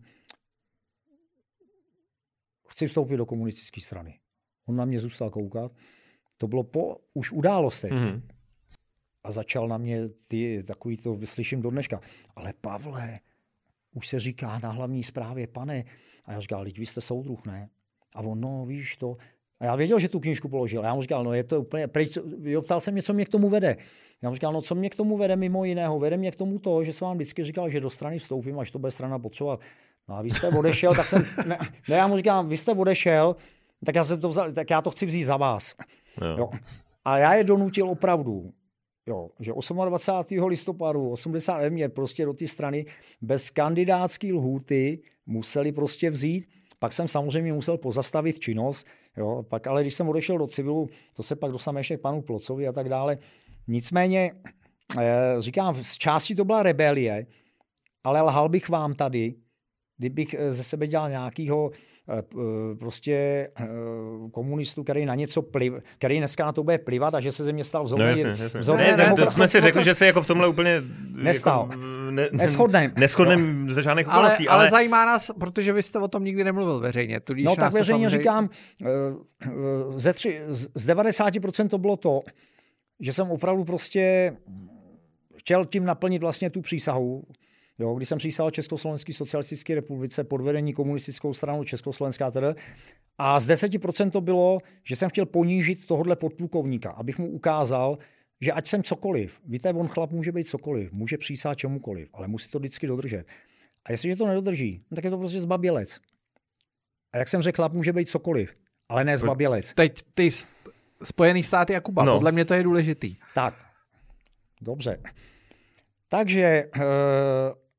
chci vstoupit do komunistické strany. On na mě zůstal koukat. To bylo po už událostech. Mm. A začal na mě ty, takový to vyslyším do dneška. Ale Pavle, už se říká na hlavní zprávě, pane. A já říkal, vy jste soudruh, ne? A on, no, víš to. A já věděl, že tu knížku položil. A já mu říkal, no je to úplně, pryč, ptal jsem mě, co mě k tomu vede. Já mu říkal, no co mě k tomu vede mimo jiného? Vede mě k tomu to, že jsem vám vždycky říkal, že do strany vstoupím, až to bude strana potřebovat. No a vy jste odešel, tak jsem, ne, ne, já mu říkám, vy jste odešel, tak já, jsem to vzal, tak já to chci vzít za vás. Jo. Jo. A já je donutil opravdu, jo, že dvacátého osmého listopadu osmdesát mě prostě do té strany bez kandidátské lhůty museli prostě vzít. Pak jsem samozřejmě musel pozastavit činnost, jo, pak, ale když jsem odešel do civilu, to se pak dostaneme ještě k panu Plocovi a tak dále. Nicméně, říkám, z části to byla rebelie, ale lhal bych vám tady, kdybych ze sebe dělal nějakýho prostě komunistu, který na něco pliv, který dneska na to bude plivat a že se ze mě stal vzorný. No jasně, jasně. Ne, ne, to jsme si řekli, že se jako v tomhle úplně nestal. Jako, ne, neschodném. Neschodném no. ze žádných oblastí. Ale, ale... ale zajímá nás, protože vy jste o tom nikdy nemluvil veřejně. No tak veřejně samozřejmě... říkám, ze tři, z devadesát procent to bylo to, že jsem opravdu prostě chtěl tím naplnit vlastně tu přísahu. Jo, když jsem přísahal Československé socialistické republice pod vedení komunistickou stranu Československá teda, a z deset procent to bylo, že jsem chtěl ponížit tohohle podplukovníka, abych mu ukázal, že ať jsem cokoliv. Víte, on chlap může být cokoliv, může přísát čemukoliv, ale musí to vždycky dodržet. A jestliže to nedodrží, tak je to prostě zbabělec. A jak jsem řekl, chlap může být cokoliv, ale ne zbabělec. Teď ty Spojený státy a Kuba, no. Podle mě to je důležitý. Tak, dobře. Takže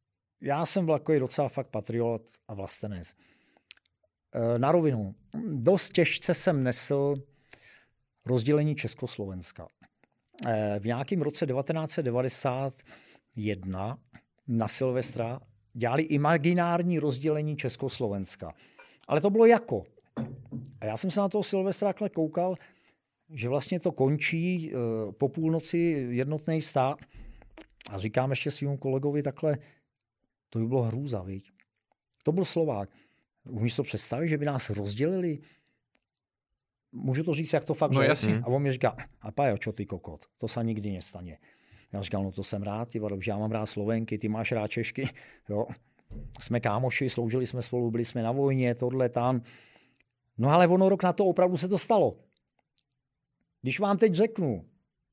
já jsem byl takový docela fakt patriot a vlastenec. Na rovinu, dost těžce jsem nesl rozdělení Československa. V nějakém roce devatenáct set devadesát jedna na Silvestra dělali imaginární rozdělení Československa. Ale to bylo jako. A já jsem se na toho Silvestra koukal, že vlastně to končí po půlnoci jednotný stát. A říkám ještě svým kolegovi takhle, to by bylo hrůza, viď? To byl Slovák. Umíš to představit, že by nás rozdělili? Můžu to říct, jak to fakt no, jasně. A on mi říká, a pajo, čo ty kokot, to se nikdy nestane. Já říkal, no to jsem rád, ty vado, já mám rád Slovenky, ty máš rád Češky. Jo. Jsme kámoši, sloužili jsme spolu, byli jsme na vojně, tohle, tam. No ale ono rok na to opravdu se to stalo. Když vám teď řeknu,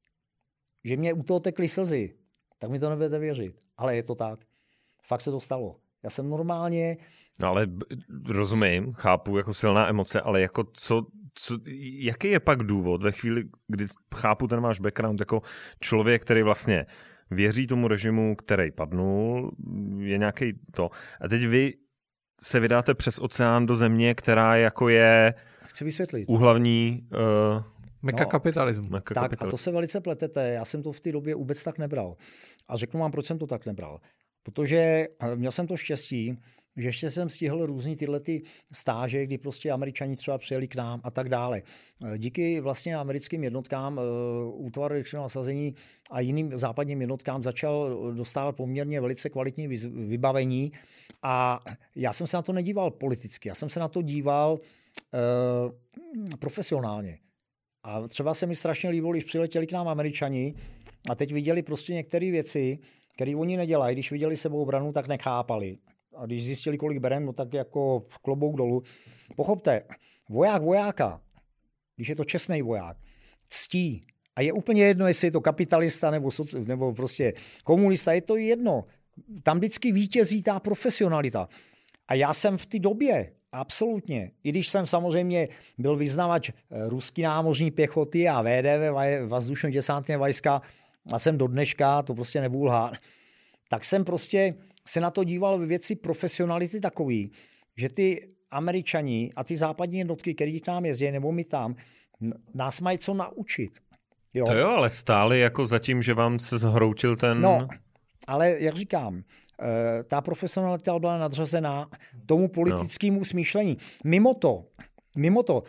že mě u toho tekly slzy, tak mi to nebudete věřit. Ale je to tak. Fakt se to stalo. Já jsem normálně... No ale rozumím, chápu jako silná emoce, ale jako co, co, jaký je pak důvod ve chvíli, kdy chápu ten váš background jako člověk, který vlastně věří tomu režimu, který padnul, je nějaký to. A teď vy se vydáte přes oceán do země, která jako je... Chci vysvětlit. Úhlavní... Uh, Meka no, kapitalismu. Meka tak kapitalismu. A to se velice pletete. Já jsem to v té době vůbec tak nebral. A řeknu vám, proč jsem to tak nebral. Protože měl jsem to štěstí, že ještě jsem stihl různý tyhle ty stáže, kdy prostě Američani třeba přijeli k nám a tak dále. Díky vlastně americkým jednotkám útvar rychlého nasazení a jiným západním jednotkám začal dostávat poměrně velice kvalitní vybavení a já jsem se na to nedíval politicky, já jsem se na to díval uh, profesionálně. A třeba se mi strašně líbilo, když přiletěli k nám Američani a teď viděli prostě některé věci, které oni nedělají. Když viděli sebeobranu, tak nechápali. A když zjistili, kolik berem, no tak jako klobouk dolů. Pochopte, voják vojáka, když je to čestný voják, ctí. A je úplně jedno, jestli je to kapitalista nebo, soci, nebo prostě komunista, je to jedno. Tam vždycky vítězí ta profesionalita. A já jsem v té době, absolutně, i když jsem samozřejmě byl vyznavač ruský námořní pěchoty a V D V, vzdušně desantné vojska, a jsem do dneška, to prostě nebudu lhát, tak jsem prostě se na to díval ve věci profesionality takový, že ty Američani a ty západní jednotky, které k nám jezdí, nebo my tam, nás mají co naučit. Jo? To jo, ale stáli jako zatím, že vám se zhroutil ten... No, ale jak říkám, ta profesionalita byla nadřazená tomu politickému no. smýšlení. Mimo to, mimo to,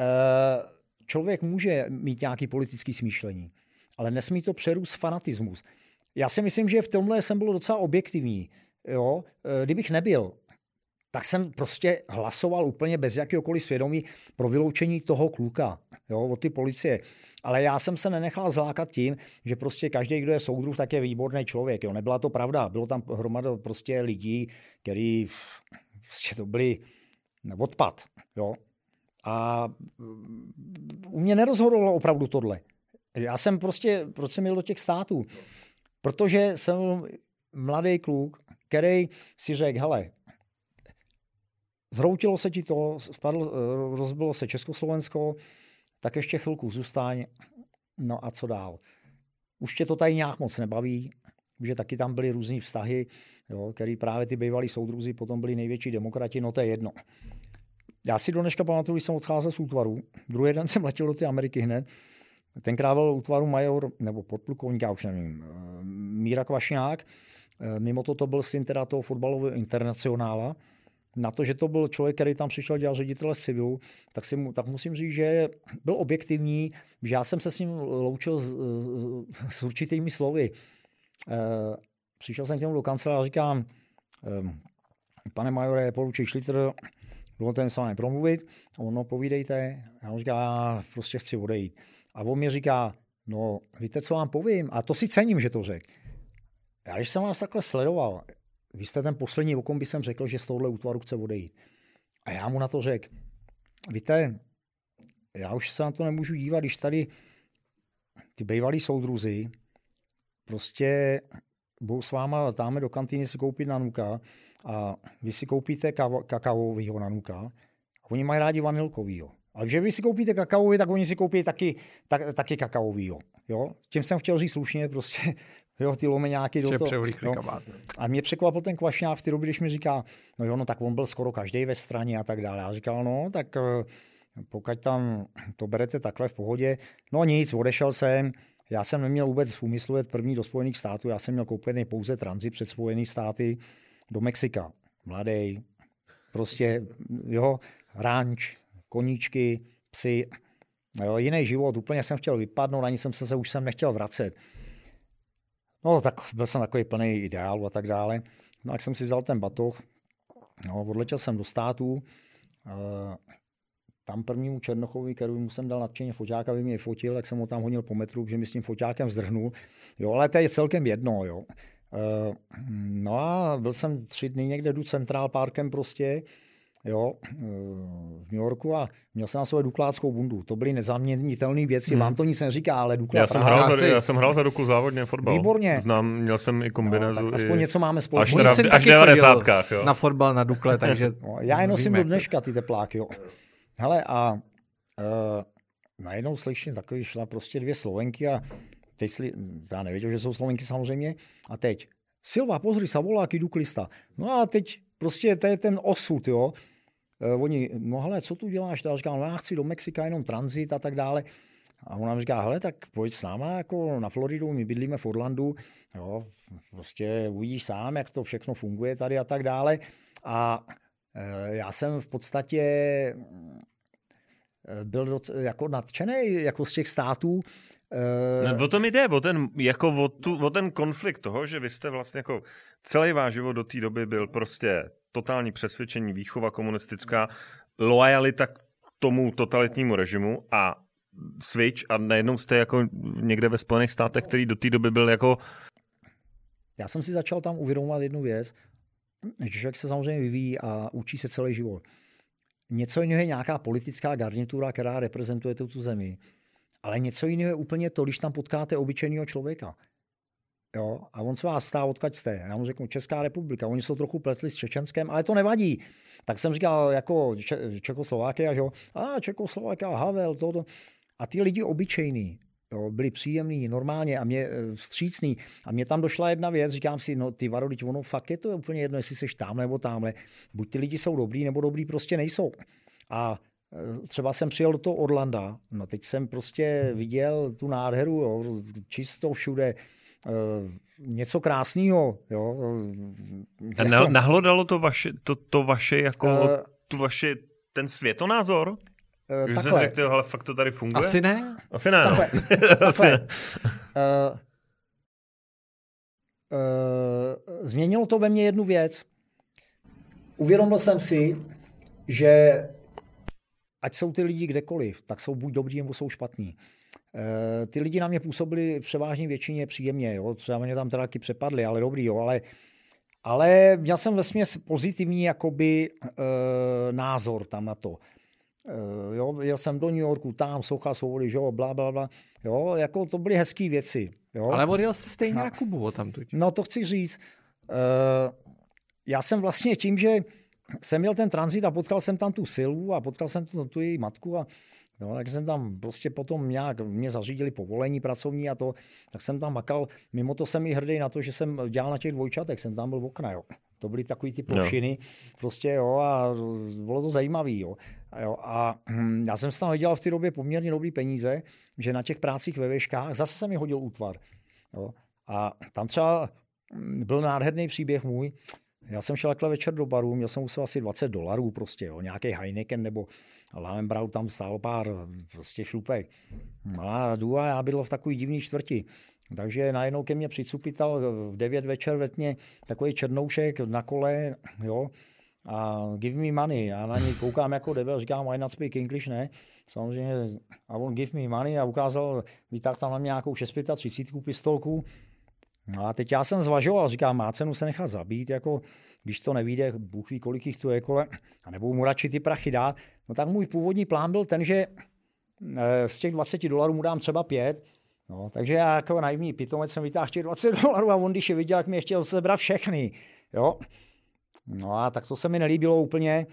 člověk může mít nějaký politický smýšlení, ale nesmí to přerůst fanatismus. Já si myslím, že v tomhle jsem byl docela objektivní. Jo? Kdybych nebyl, tak jsem prostě hlasoval úplně bez jakéhokoliv svědomí pro vyloučení toho kluka, jo? Od ty policie. Ale já jsem se nenechal zlákat tím, že prostě každý, kdo je soudruh, tak je výborný člověk. Jo? Nebyla to pravda. Bylo tam hromada prostě lidí, kteří prostě to byli odpad. Jo? A u mě nerozhodovalo opravdu tohle. Já jsem prostě, proč jsem jel do těch států? Protože jsem mladý kluk, který si řekl, hele, zhroutilo se ti to, spadlo, rozbilo se Československo, tak ještě chvilku zůstaň, no a co dál? Už tě to tady nějak moc nebaví, že taky tam byly různý vztahy, jo, který právě ty bývalí soudruzi potom byli největší demokrati, no to je jedno. Já si do dneška pamatuju, když jsem odcházel z útvaru, druhý den jsem letěl do té Ameriky hned, tenkrát byl útvaru major, nebo podplukovník, já už nevím, Míra Kvašňák, mimo to to byl syn teda toho fotbalového internacionála. Na to, že to byl člověk, který tam přišel dělat ředitele z civilu, tak, si mu, tak musím říct, že byl objektivní, že já jsem se s ním loučil s, s určitými slovy. Přišel jsem k němu do kanceláře a říkám, pane majore, poručík Šlitr, dovolte mi s vámi promluvit. A ono, povídejte. Já mu říkám, já prostě chci odejít. A on mi říká, no víte, co vám povím? A to si cením, že to řekl. Já když jsem vás takhle sledoval, vy jste ten poslední, o kom by jsem řekl, že z tohohle útvaru chce odejít. A já mu na to řekl, víte, já už se na to nemůžu dívat, když tady ty bývalí soudruzi prostě budou s váma dáme do kantýny si koupit nanuka a vy si koupíte kakaovýho nanuka a oni mají rádi vanilkovýho. Ale když vy si koupíte kakaový, tak oni si koupí taky, tak, taky kakaovýho. Jo? Tím jsem chtěl říct slušně, prostě jo, ty lomeňáky do toho. No. A mě překvapil ten Kvašňák v té době, když mi říká, no jo, no tak on byl skoro každý ve straně a tak dále. Já říkal, no tak pokud tam to berete takhle v pohodě, no nic, odešel jsem. Já jsem neměl vůbec v úmyslu jet první do Spojených států, já jsem měl koupený pouze tranzit před Spojený státy do Mexika. Mladý, prostě, jo, ranč, koníčky, psy, jo, jiný život, úplně jsem chtěl vypadnout, ani jsem se už jsem nechtěl vracet. No, tak byl jsem takový plný ideálu a tak dále. No, tak jsem si vzal ten batoh, no, odletěl jsem do států, e, tam prvnímu Černochovi, kterému jsem dal nadšeně foťák, aby mě fotil, tak jsem ho tam honil po metru, že mi s tím foťákem zdrhnul. Jo, ale to je celkem jedno, jo. E, no a byl jsem tři dny někde jdu Central Parkem prostě, jo, v New Yorku a měl jsem na sobě dukláckou bundu. To byly nezaměnitelné věci, hmm. vám to nic neříká, ale duklá já jsem hrál za, já jsem hrál za Duklu závodně fotbal. Výborně. Znám, měl jsem i kombinézu. No, aspoň i... něco máme společného. Až, teda, až v devadesátkách, jo. Na fotbal na Dukle, takže... No, já je nosím do dneška, ty tepláky, jo. Hele, a uh, najednou slyším, takový šla prostě dvě Slovenky a teď sli... já nevěděl, že jsou Slovenky samozřejmě, a teď Silva, pozri sa, voláky duklista. No a teď prostě to je ten osud, jo. Uh, oni, no hele, co tu děláš? Já říkám, no já chci do Mexika jenom tranzit a tak dále. A ona mi říká, hele, tak pojď s náma jako na Floridu, my bydlíme v Orlandu, jo, prostě uvidíš sám, jak to všechno funguje tady a tak dále. A uh, já jsem v podstatě byl doc, jako nadšený jako z těch států. Uh... No, o tom jde, o ten, jako o, tu, o ten konflikt toho, že vy jste vlastně jako celý váš život do té doby byl prostě totální přesvědčení, výchova komunistická, loajalita k tomu totalitnímu režimu a switch a najednou jste jako někde ve Spojených státech, který do té doby byl jako... Já jsem si začal tam uvědomovat jednu věc, že člověk se samozřejmě vyvíjí a učí se celý život. Něco jiného je nějaká politická garnitura, která reprezentuje tu zemi. Ale něco jiného je úplně to, když tam potkáte obyčejného člověka. Jo? A on se vás ptá, odkud jste. Já mu řeknu Česká republika. Oni jsou trochu pletli s Čečenskem, ale to nevadí. Tak jsem říkal jako Če- Čekoslovákia, že jo? A Čekoslovákia, Havel, toto. A ty lidi obyčejní, jo, byli příjemní, normálně a mě vstřícní. A mě tam došla jedna věc, říkám si, no ty varo, teď ono fakt je to úplně jedno, jestli seš tam nebo tamhle. Buď ty lidi jsou dobrý, nebo dobrý prostě nejsou. A třeba jsem přijel do toho Orlanda, no teď jsem prostě viděl tu nádheru, jo, čisto všude, něco krásného. Jo. A jako... nahlodalo to vaše, to, to vaše jako, uh, tu vaše, ten světonázor? Uh, Když jsi řekl, ale fakt to tady funguje? Asi ne. Asi ne, takhle. no. Asi ne. Uh, uh, změnilo to ve mně jednu věc. Uvědomil jsem si, že ať jsou ty lidi kdekoliv, tak jsou buď dobrý, nebo jsou špatní. E, ty lidi na mě působili v převážné většině příjemně, jo? Třeba mě tam teda taky přepadli, ale dobrý, jo? Ale, ale měl jsem vesměs pozitivní jakoby, e, názor tam na to. E, jo? Jel jsem do New Yorku, tam, Socha svobody, že jo, blá, blá, blá. Jo? Jako to byly hezký věci. Jo? Ale odjel jste stejně no. na Kubu tam tuď. No to chci říct. E, já jsem vlastně tím, že jsem měl ten tranzit a potkal jsem tam tu Silvu a potkal jsem tu, tu její matku a no, tak jsem tam prostě potom nějak, mě zařídili povolení pracovní a to, tak jsem tam makal. Mimo to jsem i hrdý na to, že jsem dělal na těch dvojčatech, jsem tam byl v okna, jo. To byly takový ty plošiny, no. prostě jo, a bylo to zajímavý, jo. A, jo, a hm, já jsem tam vydělal v té době poměrně dobrý peníze, že na těch prácích ve Veškách zase jsem mi hodil útvar, jo. A tam třeba byl nádherný příběh můj. Já jsem šel takhle večer do baru, měl jsem u asi dvacet dolarů prostě, jo, nějaký Heineken nebo Lambrau tam stál pár prostě šlupek. No a jdu a já bydlel v takový divný čtvrti. Takže najednou ke mně přicupital v devět večer ve tmě takový černoušek na kole, jo, a give me money. Já na něj koukám jako debil, říkám, why not speak English, ne? Samozřejmě, a on give me money a ukázal, vytáhl tam na mě nějakou šest třicet pět pistolku. No a teď já jsem zvažoval, říkám, má cenu se nechat zabít, jako když to nevíde, Bůh ví, kolik jich tu je kole, a nebudou mu radši ty prachy dát. No tak můj původní plán byl ten, že z těch dvacet dolarů mu dám třeba pět. No, takže já jako naivní pitomec jsem vytáhl těch dvacet dolarů a on, když je viděl, jak mě chtěl sebrat všechny. Jo? No a tak to se mi nelíbilo úplně.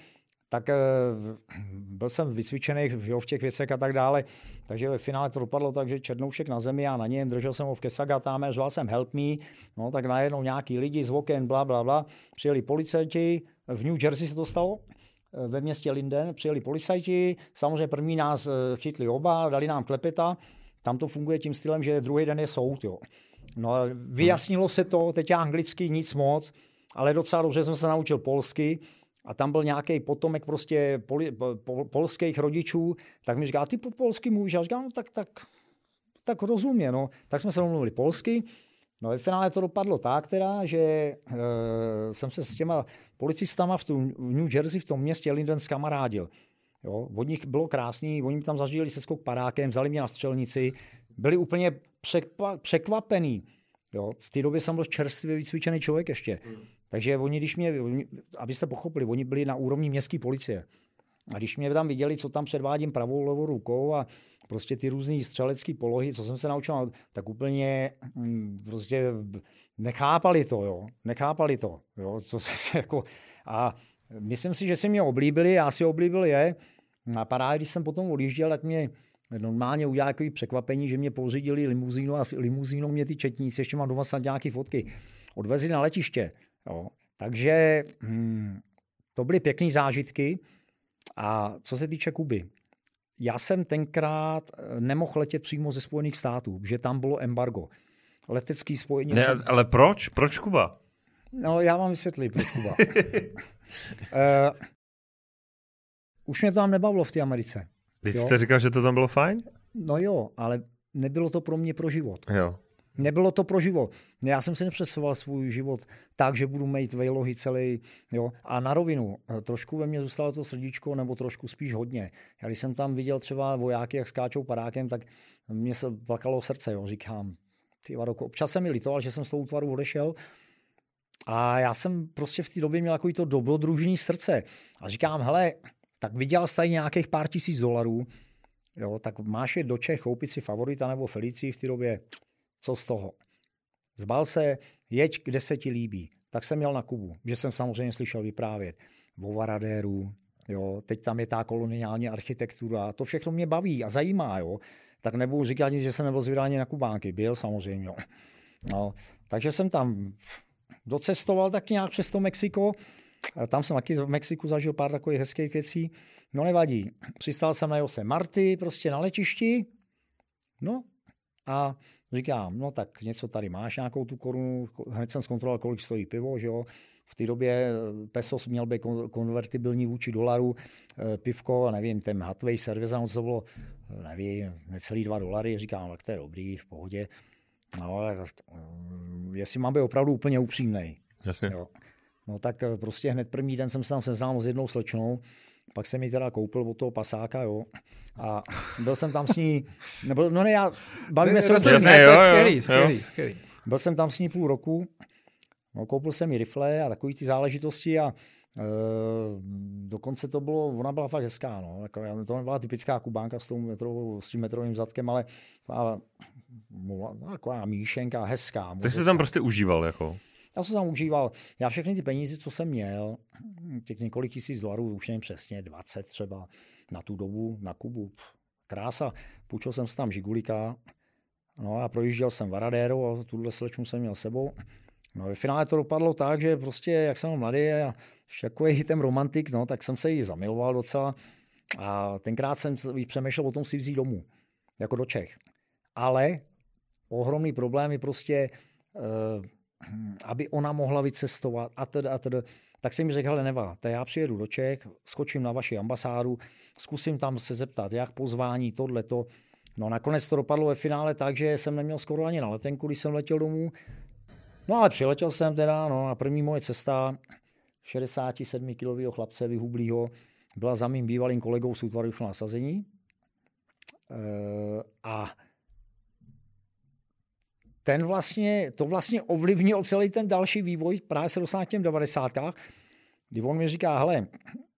tak byl jsem vycvičený v těch věcech a tak dále, takže ve finále to dopadlo tak, že Černoušek na zemi a na něm, držel jsem ho v kesagatáme, řval jsem help me, no tak najednou nějaký lidi z oken, bla, bla, bla, přijeli policajti, v New Jersey se to stalo, ve městě Linden, přijeli policajti, samozřejmě první nás chytli oba, dali nám klepeta, tam to funguje tím stylem, že druhý den je soud, jo. No vyjasnilo se to, teď anglicky nic moc, ale docela dobře jsem se naučil polsky a tam byl nějaký potomek prostě poli, pol, polských rodičů, tak mi říká, ty po polsky mluvíš? A říkám, no tak, tak, tak rozumím, no. Tak jsme se domluvili polsky. No ve finále to dopadlo tak teda, že e, jsem se s těma policistama v, tu, v New Jersey, v tom městě Linden skamarádil. Jo, od nich bylo krásný, oni tam zažili se skok padákem, vzali mě na střelnici, byli úplně překva, překvapený. Jo, v té době jsem byl čerstvě vycvičený člověk ještě. Hmm. Takže oni, když mě, abyste pochopili, oni byli na úrovni městské policie. A když mě tam viděli, co tam předvádím pravou levou rukou a prostě ty různý střelecké polohy, co jsem se naučil, tak úplně prostě nechápali to, jo. Nechápali to, jo. Co se, jako, a myslím si, že si mě oblíbili, já si oblíbil je. A právě když jsem potom odjížděl, tak mě normálně udělali takový překvapení, že mě pořídili limuzínu a limuzínou mě ty četníci, ještě mám doma snad nějaké fotky, odvezli na letiště. Jo. Takže hm, to byly pěkný zážitky. A co se týče Kuby, já jsem tenkrát nemohl letět přímo ze Spojených států, že tam bylo embargo. Letecký spojení... Ne, ale proč? Proč Kuba? No, já vám vysvětlím, proč Kuba. uh, už mě to tam nebavilo v té Americe. Teď jste říkal, že to tam bylo fajn? No jo, ale nebylo to pro mě pro život. Jo. Nebylo to pro život. Já jsem si nepředstavoval svůj život tak, že budu mít vejlohy celý. Jo. A na rovinu, trošku ve mně zůstalo to srdíčko, nebo trošku spíš hodně. Já když jsem tam viděl třeba vojáky, jak skáčou padákem, tak mě se plakalo srdce. Jo. Říkám, ty Varoko, občas se mi lítoval, že jsem z toho útvaru odešel. A já jsem prostě v té době měl takový to dobrodružný srdce. A říkám, hele, tak vydělal jsi tady nějakých pár tisíc dolarů, jo, tak máš je do Čech, koupit si Favorita nebo Felicii v té době. Co z toho? Zbal se, jeď, kde se ti líbí. Tak jsem jel na Kubu, že jsem samozřejmě slyšel vyprávět o Varadéru, jo, teď tam je ta koloniální architektura, to všechno mě baví a zajímá, jo. Tak nebudu říkat nic, že jsem nebyl zvědání na Kubánky, byl samozřejmě, jo. No, takže jsem tam docestoval tak nějak přes to Mexiko, tam jsem taky v Mexiku zažil pár takových hezkých věcí, no nevadí. Přistál jsem na Jose Marty, prostě na letišti, no a říkám, no tak něco tady máš, nějakou tu korunu, hned jsem zkontroloval, kolik stojí pivo, že jo. V té době pesos měl být konvertibilní vůči dolaru, pivko, nevím, ten Hathaway Cerveza, to bylo, nevím, necelý dva dolary, říkám, tak to je dobrý, v pohodě. No, jestli mám být opravdu úplně upřímnej. Jasně. Jo. No tak prostě hned první den jsem se tam seznámil s jednou slečnou, pak jsem ji teda koupil od toho pasáka, jo. A byl jsem tam s ní, nebo, no ne, já, bavíme se o tom. Skvělý, skvělý, skvělý. Byl jsem tam s ní půl roku, no, koupil jsem jí rifle a takový ty záležitosti a e, dokonce to bylo, ona byla fakt hezká, no. Jako, to byla typická Kubánka s, tou metrovou, s tím metrovým zadkem, ale a, taková míšenka, hezká. Tak jsi tam prostě užíval, jako? Já jsem tam užíval. Já všechny ty peníze, co jsem měl, těch několik tisíc dolarů, už nevím přesně, dvacet třeba, na tu dobu, na Kubu. Krása. Půjčil jsem si tam Žigulika, no a projížděl jsem Varadéru a tuhle slečnu jsem měl sebou. No ve finále to dopadlo tak, že prostě, jak jsem mladý a takový ten romantik, no, tak jsem se jí zamiloval docela. A tenkrát jsem přemýšlel o tom si vzít domů, jako do Čech. Ale ohromný problém je prostě... Uh, aby ona mohla vycestovat a teda, a teda. Tak jsem mi řekl, hele, nevá, tak já přijedu do Čech, skočím na vaši ambasádu, zkusím tam se zeptat, jak pozvání, tohleto. No nakonec to dopadlo ve finále tak, že jsem neměl skoro ani na letenku, když jsem letěl domů. No ale přiletěl jsem teda, no a první moje cesta šedesátisedmikilového chlapce vyhublýho byla za mým bývalým kolegou z útvaru nasazení. E, a ten vlastně, to vlastně ovlivnil celý ten další vývoj, právě se dostal k těm devadesátkách, kdy on mi říká, hele,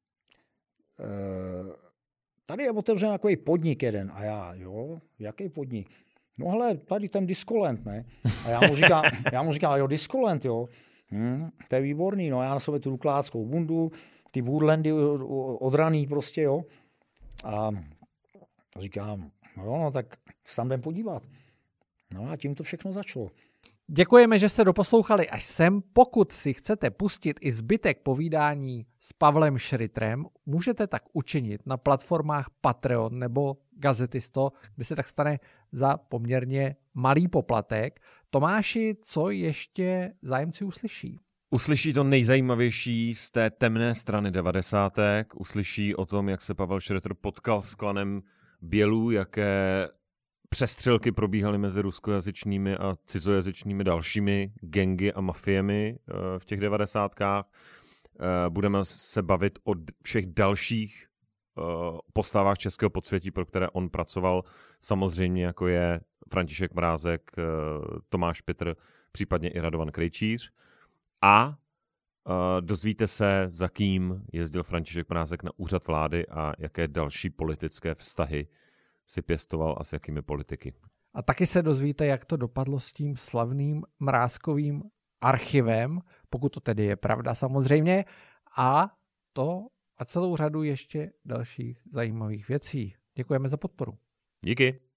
tady je otevřen takový podnik jeden. A já, jo, jaký podnik? No hele, tady ten Discolent, ne? A já mu říkám, já mu říkám jo, Discolent, jo. Hm, to je výborný, no já na sobě tu dukláckou bundu, ty Woodlandy odraný prostě, jo. A říkám, no, no tak se tam jdem podívat. No a tím to všechno začalo. Děkujeme, že jste doposlouchali až sem. Pokud si chcete pustit i zbytek povídání s Pavlem Šritrem, můžete tak učinit na platformách Patreon nebo Gazetisto, kde se tak stane za poměrně malý poplatek. Tomáši, co ještě zájemci uslyší? Uslyší to nejzajímavější z té temné strany devadesátek. Uslyší o tom, jak se Pavel Šritr potkal s klanem Bělů, jaké přestřelky probíhaly mezi ruskojazyčnými a cizojazyčnými dalšími gangy a mafiemi v těch devadesátkách. Budeme se bavit o všech dalších postavách českého podsvětí, pro které on pracoval, samozřejmě jako je František Mrázek, Tomáš Pitr, případně i Radovan Krejčíř. A dozvíte se, za kým jezdil František Mrázek na úřad vlády a jaké další politické vztahy si pěstoval a s jakými politiky. A taky se dozvíte, jak to dopadlo s tím slavným Mrázkovým archivem, pokud to tedy je pravda samozřejmě, a to a celou řadu ještě dalších zajímavých věcí. Děkujeme za podporu. Díky.